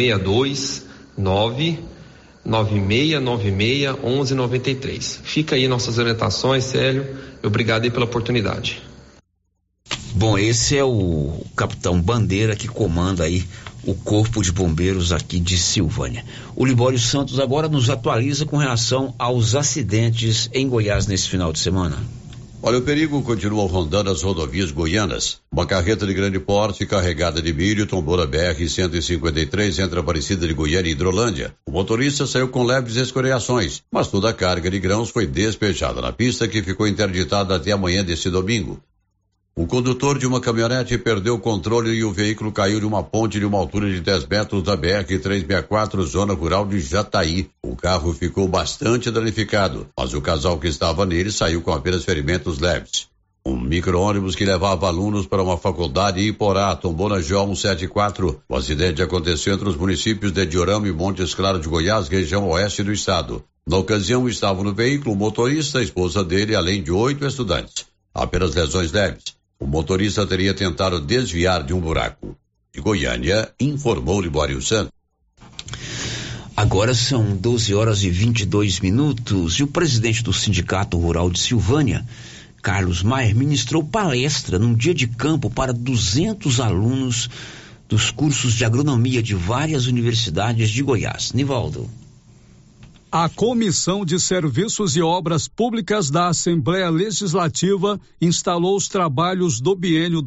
629-9696-1193. Fica aí nossas orientações, Célio, e obrigado aí pela oportunidade. Bom, esse é o capitão Bandeira que comanda aí o Corpo de Bombeiros aqui de Silvânia. O Libório Santos agora nos atualiza com relação aos acidentes em Goiás nesse final de semana. Olha, o perigo continua rondando as rodovias goianas. Uma carreta de grande porte carregada de milho tombou na BR-153 entre Aparecida de Goiânia e Hidrolândia. O motorista saiu com leves escoriações, mas toda a carga de grãos foi despejada na pista, que ficou interditada até amanhã desse domingo. O condutor de uma caminhonete perdeu o controle e o veículo caiu de uma ponte de uma altura de 10 metros da BR-364, zona rural de Jataí. O carro ficou bastante danificado, mas o casal que estava nele saiu com apenas ferimentos leves. Um micro-ônibus que levava alunos para uma faculdade em Iporá tombou na GO 174. O acidente aconteceu entre os municípios de Diorama e Montes Claros de Goiás, região oeste do estado. Na ocasião, estavam no veículo o motorista, a esposa dele, além de 8 estudantes. Apenas lesões leves. O motorista teria tentado desviar de um buraco. De Goiânia, informou Libório Santos. Agora são 12h22 e o presidente do Sindicato Rural de Silvânia, Carlos Maier, ministrou palestra num dia de campo para 200 alunos dos cursos de agronomia de várias universidades de Goiás. Nivaldo. A Comissão de Serviços e Obras Públicas da Assembleia Legislativa instalou os trabalhos do biênio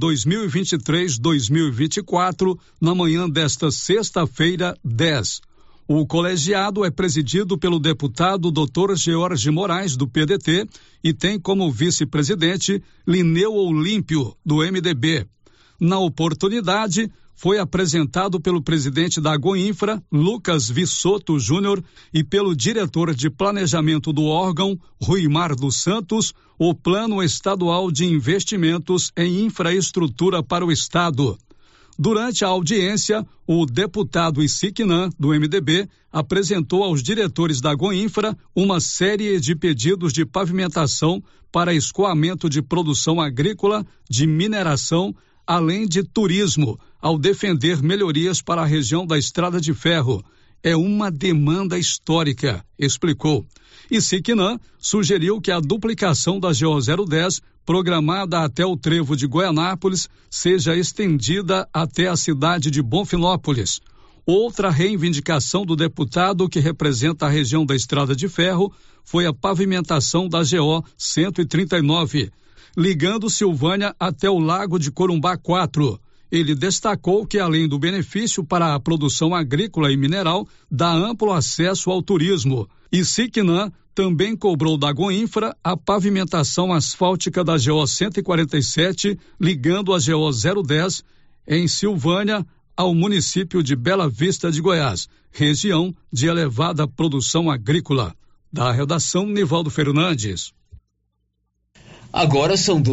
2023-2024 na manhã desta sexta-feira, 10. O colegiado é presidido pelo deputado Dr. George Moraes, do PDT, e tem como vice-presidente Lineu Olímpio, do MDB. Na oportunidade, foi apresentado pelo presidente da Goinfra, Lucas Vissotto Júnior, e pelo diretor de planejamento do órgão, Ruimar dos Santos, o Plano Estadual de Investimentos em Infraestrutura para o Estado. Durante a audiência, o deputado Isiquinã, do MDB, apresentou aos diretores da Goinfra uma série de pedidos de pavimentação para escoamento de produção agrícola, de mineração, além de turismo, ao defender melhorias para a região da Estrada de Ferro. É uma demanda histórica, explicou. E Isiquinã sugeriu que a duplicação da GO 010, programada até o trevo de Goianápolis, seja estendida até a cidade de Bonfinópolis. Outra reivindicação do deputado, que representa a região da Estrada de Ferro, foi a pavimentação da GO 139, ligando Silvânia até o Lago de Corumbá 4. Ele destacou que, além do benefício para a produção agrícola e mineral, dá amplo acesso ao turismo. E Siquinã também cobrou da Goinfra a pavimentação asfáltica da GO 147, ligando a GO 010 em Silvânia ao município de Bela Vista de Goiás, região de elevada produção agrícola. Da redação, Nivaldo Fernandes. Agora são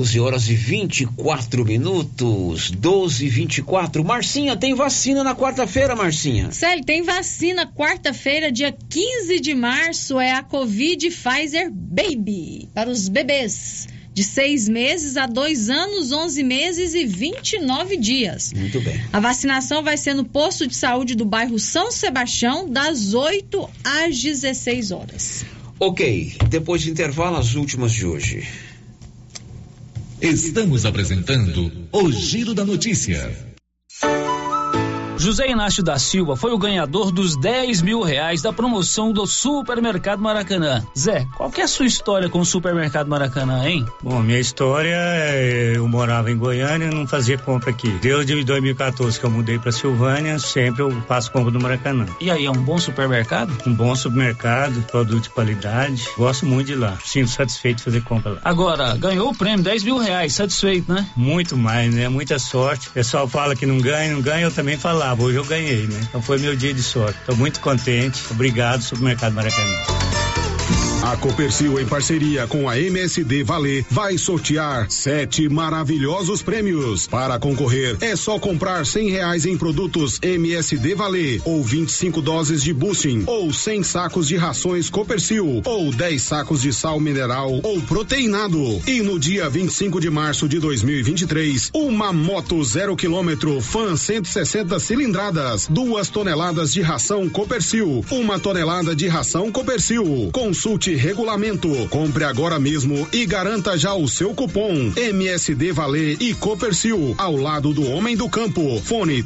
12h24, 12h24. Marcinha, tem vacina na quarta-feira, Marcinha? Célio, tem vacina quarta-feira, dia 15 de março, é a Covid Pfizer Baby, para os bebês de 6 meses a 2 anos, 11 meses e 29 dias. Muito bem. A vacinação vai ser no posto de saúde do bairro São Sebastião, das 8 às 16 horas. Ok, depois do intervalo, as últimas de hoje. Estamos apresentando o Giro da Notícia. José Inácio da Silva foi o ganhador dos R$10.000 da promoção do Supermercado Maracanã. Zé, qual que é a sua história com o Supermercado Maracanã, hein? Bom, minha história eu morava em Goiânia e não fazia compra aqui. Desde 2014 que eu mudei para Silvânia, sempre eu faço compra do Maracanã. E aí, é um bom supermercado? Um bom supermercado, produto de qualidade. Gosto muito de lá. Sinto satisfeito de fazer compra lá. Agora, ganhou o prêmio, R$10.000, satisfeito, né? Muito mais, né? Muita sorte. O pessoal fala que não ganha, eu também falava. Hoje eu ganhei, né? Então foi meu dia de sorte. Estou muito contente. Obrigado, Supermercado Maracanã. A Copercil, em parceria com a MSD Valer, vai sortear 7 maravilhosos prêmios. Para concorrer, é só comprar R$100 em produtos MSD Valer, ou 25 doses de boosting, ou 100 sacos de rações Copercil, ou 10 sacos de sal mineral ou proteinado. E no dia 25 de março de 2023, uma moto 0 km Fan 160 cilindradas, 2 toneladas de ração Copercil, 1 tonelada de ração Copercil. Consulte regulamento. Compre agora mesmo e garanta já o seu cupom MSD Valer e Copercil, ao lado do Homem do Campo. Fone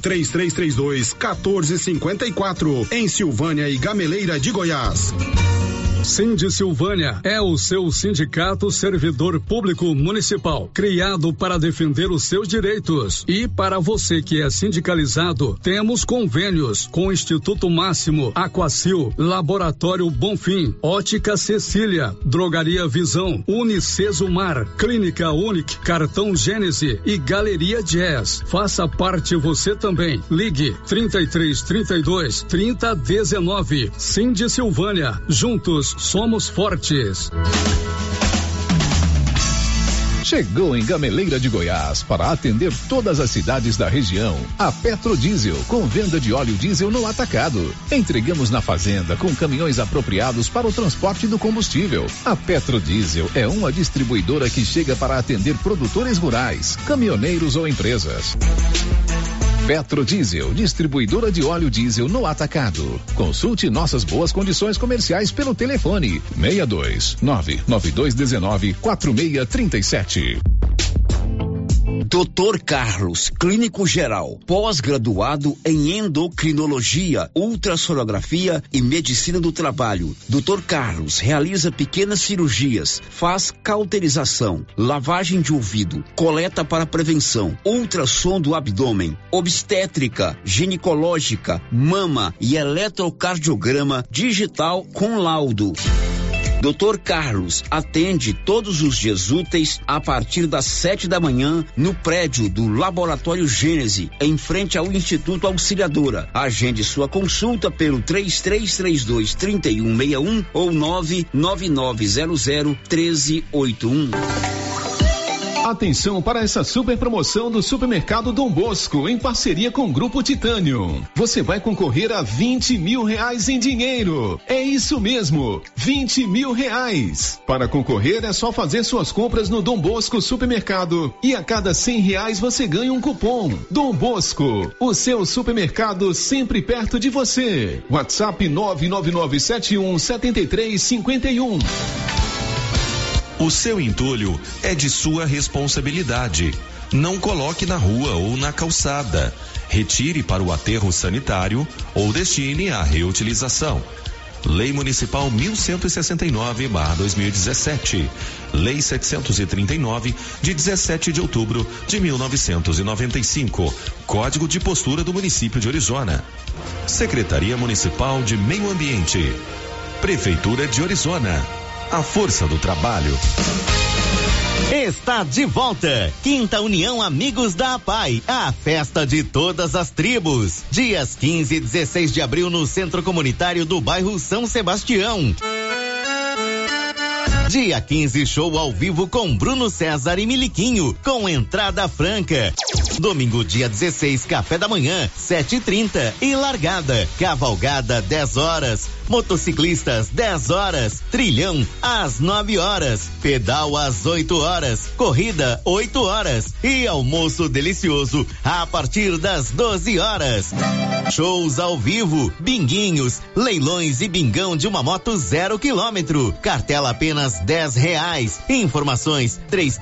3332-1454, em Silvânia e Gameleira de Goiás. Sindi Silvânia é o seu sindicato servidor público municipal, criado para defender os seus direitos. E para você que é sindicalizado, temos convênios com o Instituto Máximo, Aquacil, Laboratório Bonfim, Ótica Cecília, Drogaria Visão, Unicesumar, Clínica Unic, Cartão Gênese e Galeria Jazz. Faça parte você também. Ligue 3332 3019. Sindi Silvânia, juntos somos fortes. Chegou em Gameleira de Goiás para atender todas as cidades da região. A Petrodiesel, com venda de óleo diesel no atacado. Entregamos na fazenda com caminhões apropriados para o transporte do combustível. A Petrodiesel é uma distribuidora que chega para atender produtores rurais, caminhoneiros ou empresas. Petrodiesel, distribuidora de óleo diesel no atacado. Consulte nossas boas condições comerciais pelo telefone 629-9219-4637. Dr. Carlos, clínico geral, pós-graduado em endocrinologia, ultrassonografia e medicina do trabalho. Dr. Carlos realiza pequenas cirurgias, faz cauterização, lavagem de ouvido, coleta para prevenção, ultrassom do abdômen, obstétrica, ginecológica, mama e eletrocardiograma digital com laudo. Dr. Carlos atende todos os dias úteis a partir das 7 da manhã no prédio do Laboratório Gênese, em frente ao Instituto Auxiliadora. Agende sua consulta pelo 3332-3161 ou 99900-1381. Atenção para essa super promoção do Supermercado Dom Bosco, em parceria com o Grupo Titânio. Você vai concorrer a R$20.000 em dinheiro. É isso mesmo, R$20.000. Para concorrer é só fazer suas compras no Dom Bosco Supermercado e a cada R$100 você ganha um cupom. Dom Bosco, o seu supermercado sempre perto de você. WhatsApp 999717351. O seu entulho é de sua responsabilidade. Não coloque na rua ou na calçada. Retire para o aterro sanitário ou destine à reutilização. Lei Municipal 1169/2017. Lei 739, de 17 de outubro de 1995. Código de Postura do Município de Orizona. Secretaria Municipal de Meio Ambiente. Prefeitura de Orizona. A força do trabalho. Está de volta, Quinta União Amigos da APAI, a festa de todas as tribos. Dias 15 e 16 de abril no Centro Comunitário do bairro São Sebastião. Dia 15, show ao vivo com Bruno César e Miliquinho, com entrada franca. Domingo, dia 16, café da manhã, 7h30 e largada. Cavalgada, 10 horas. Motociclistas, 10 horas. Trilhão, às 9 horas. Pedal, às 8 horas. Corrida, 8 horas. E almoço delicioso, a partir das 12 horas. Shows ao vivo, binguinhos, leilões e bingão de uma moto 0 km. Cartela apenas R$10. Informações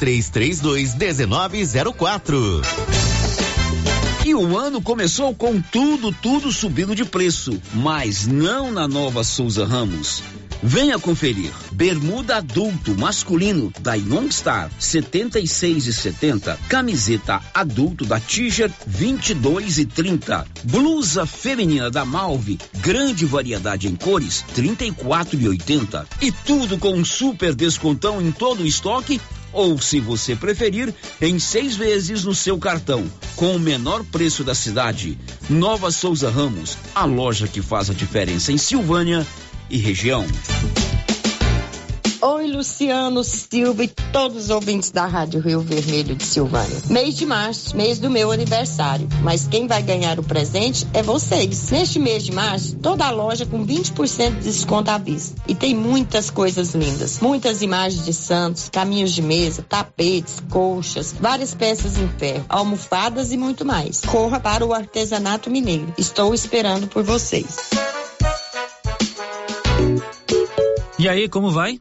3332-1904. E o ano começou com tudo subindo de preço, mas não na Nova Souza Ramos. Venha conferir. Bermuda adulto masculino da Youngstar 76,70. Camiseta adulto da Tiger 22,30. Blusa feminina da Malve, grande variedade em cores 34,80. E tudo com um super descontão em todo o estoque. Ou, se você preferir, em 6 vezes no seu cartão, com o menor preço da cidade. Nova Souza Ramos, a loja que faz a diferença em Silvânia e região. Oi, Luciano, Silva e todos os ouvintes da Rádio Rio Vermelho de Silvânia. Mês de março, mês do meu aniversário, mas quem vai ganhar o presente é vocês. Neste mês de março, toda a loja com 20% de desconto à vista. E tem muitas coisas lindas, muitas imagens de santos, caminhos de mesa, tapetes, colchas, várias peças em ferro, almofadas e muito mais. Corra para o artesanato mineiro. Estou esperando por vocês. E aí, como vai?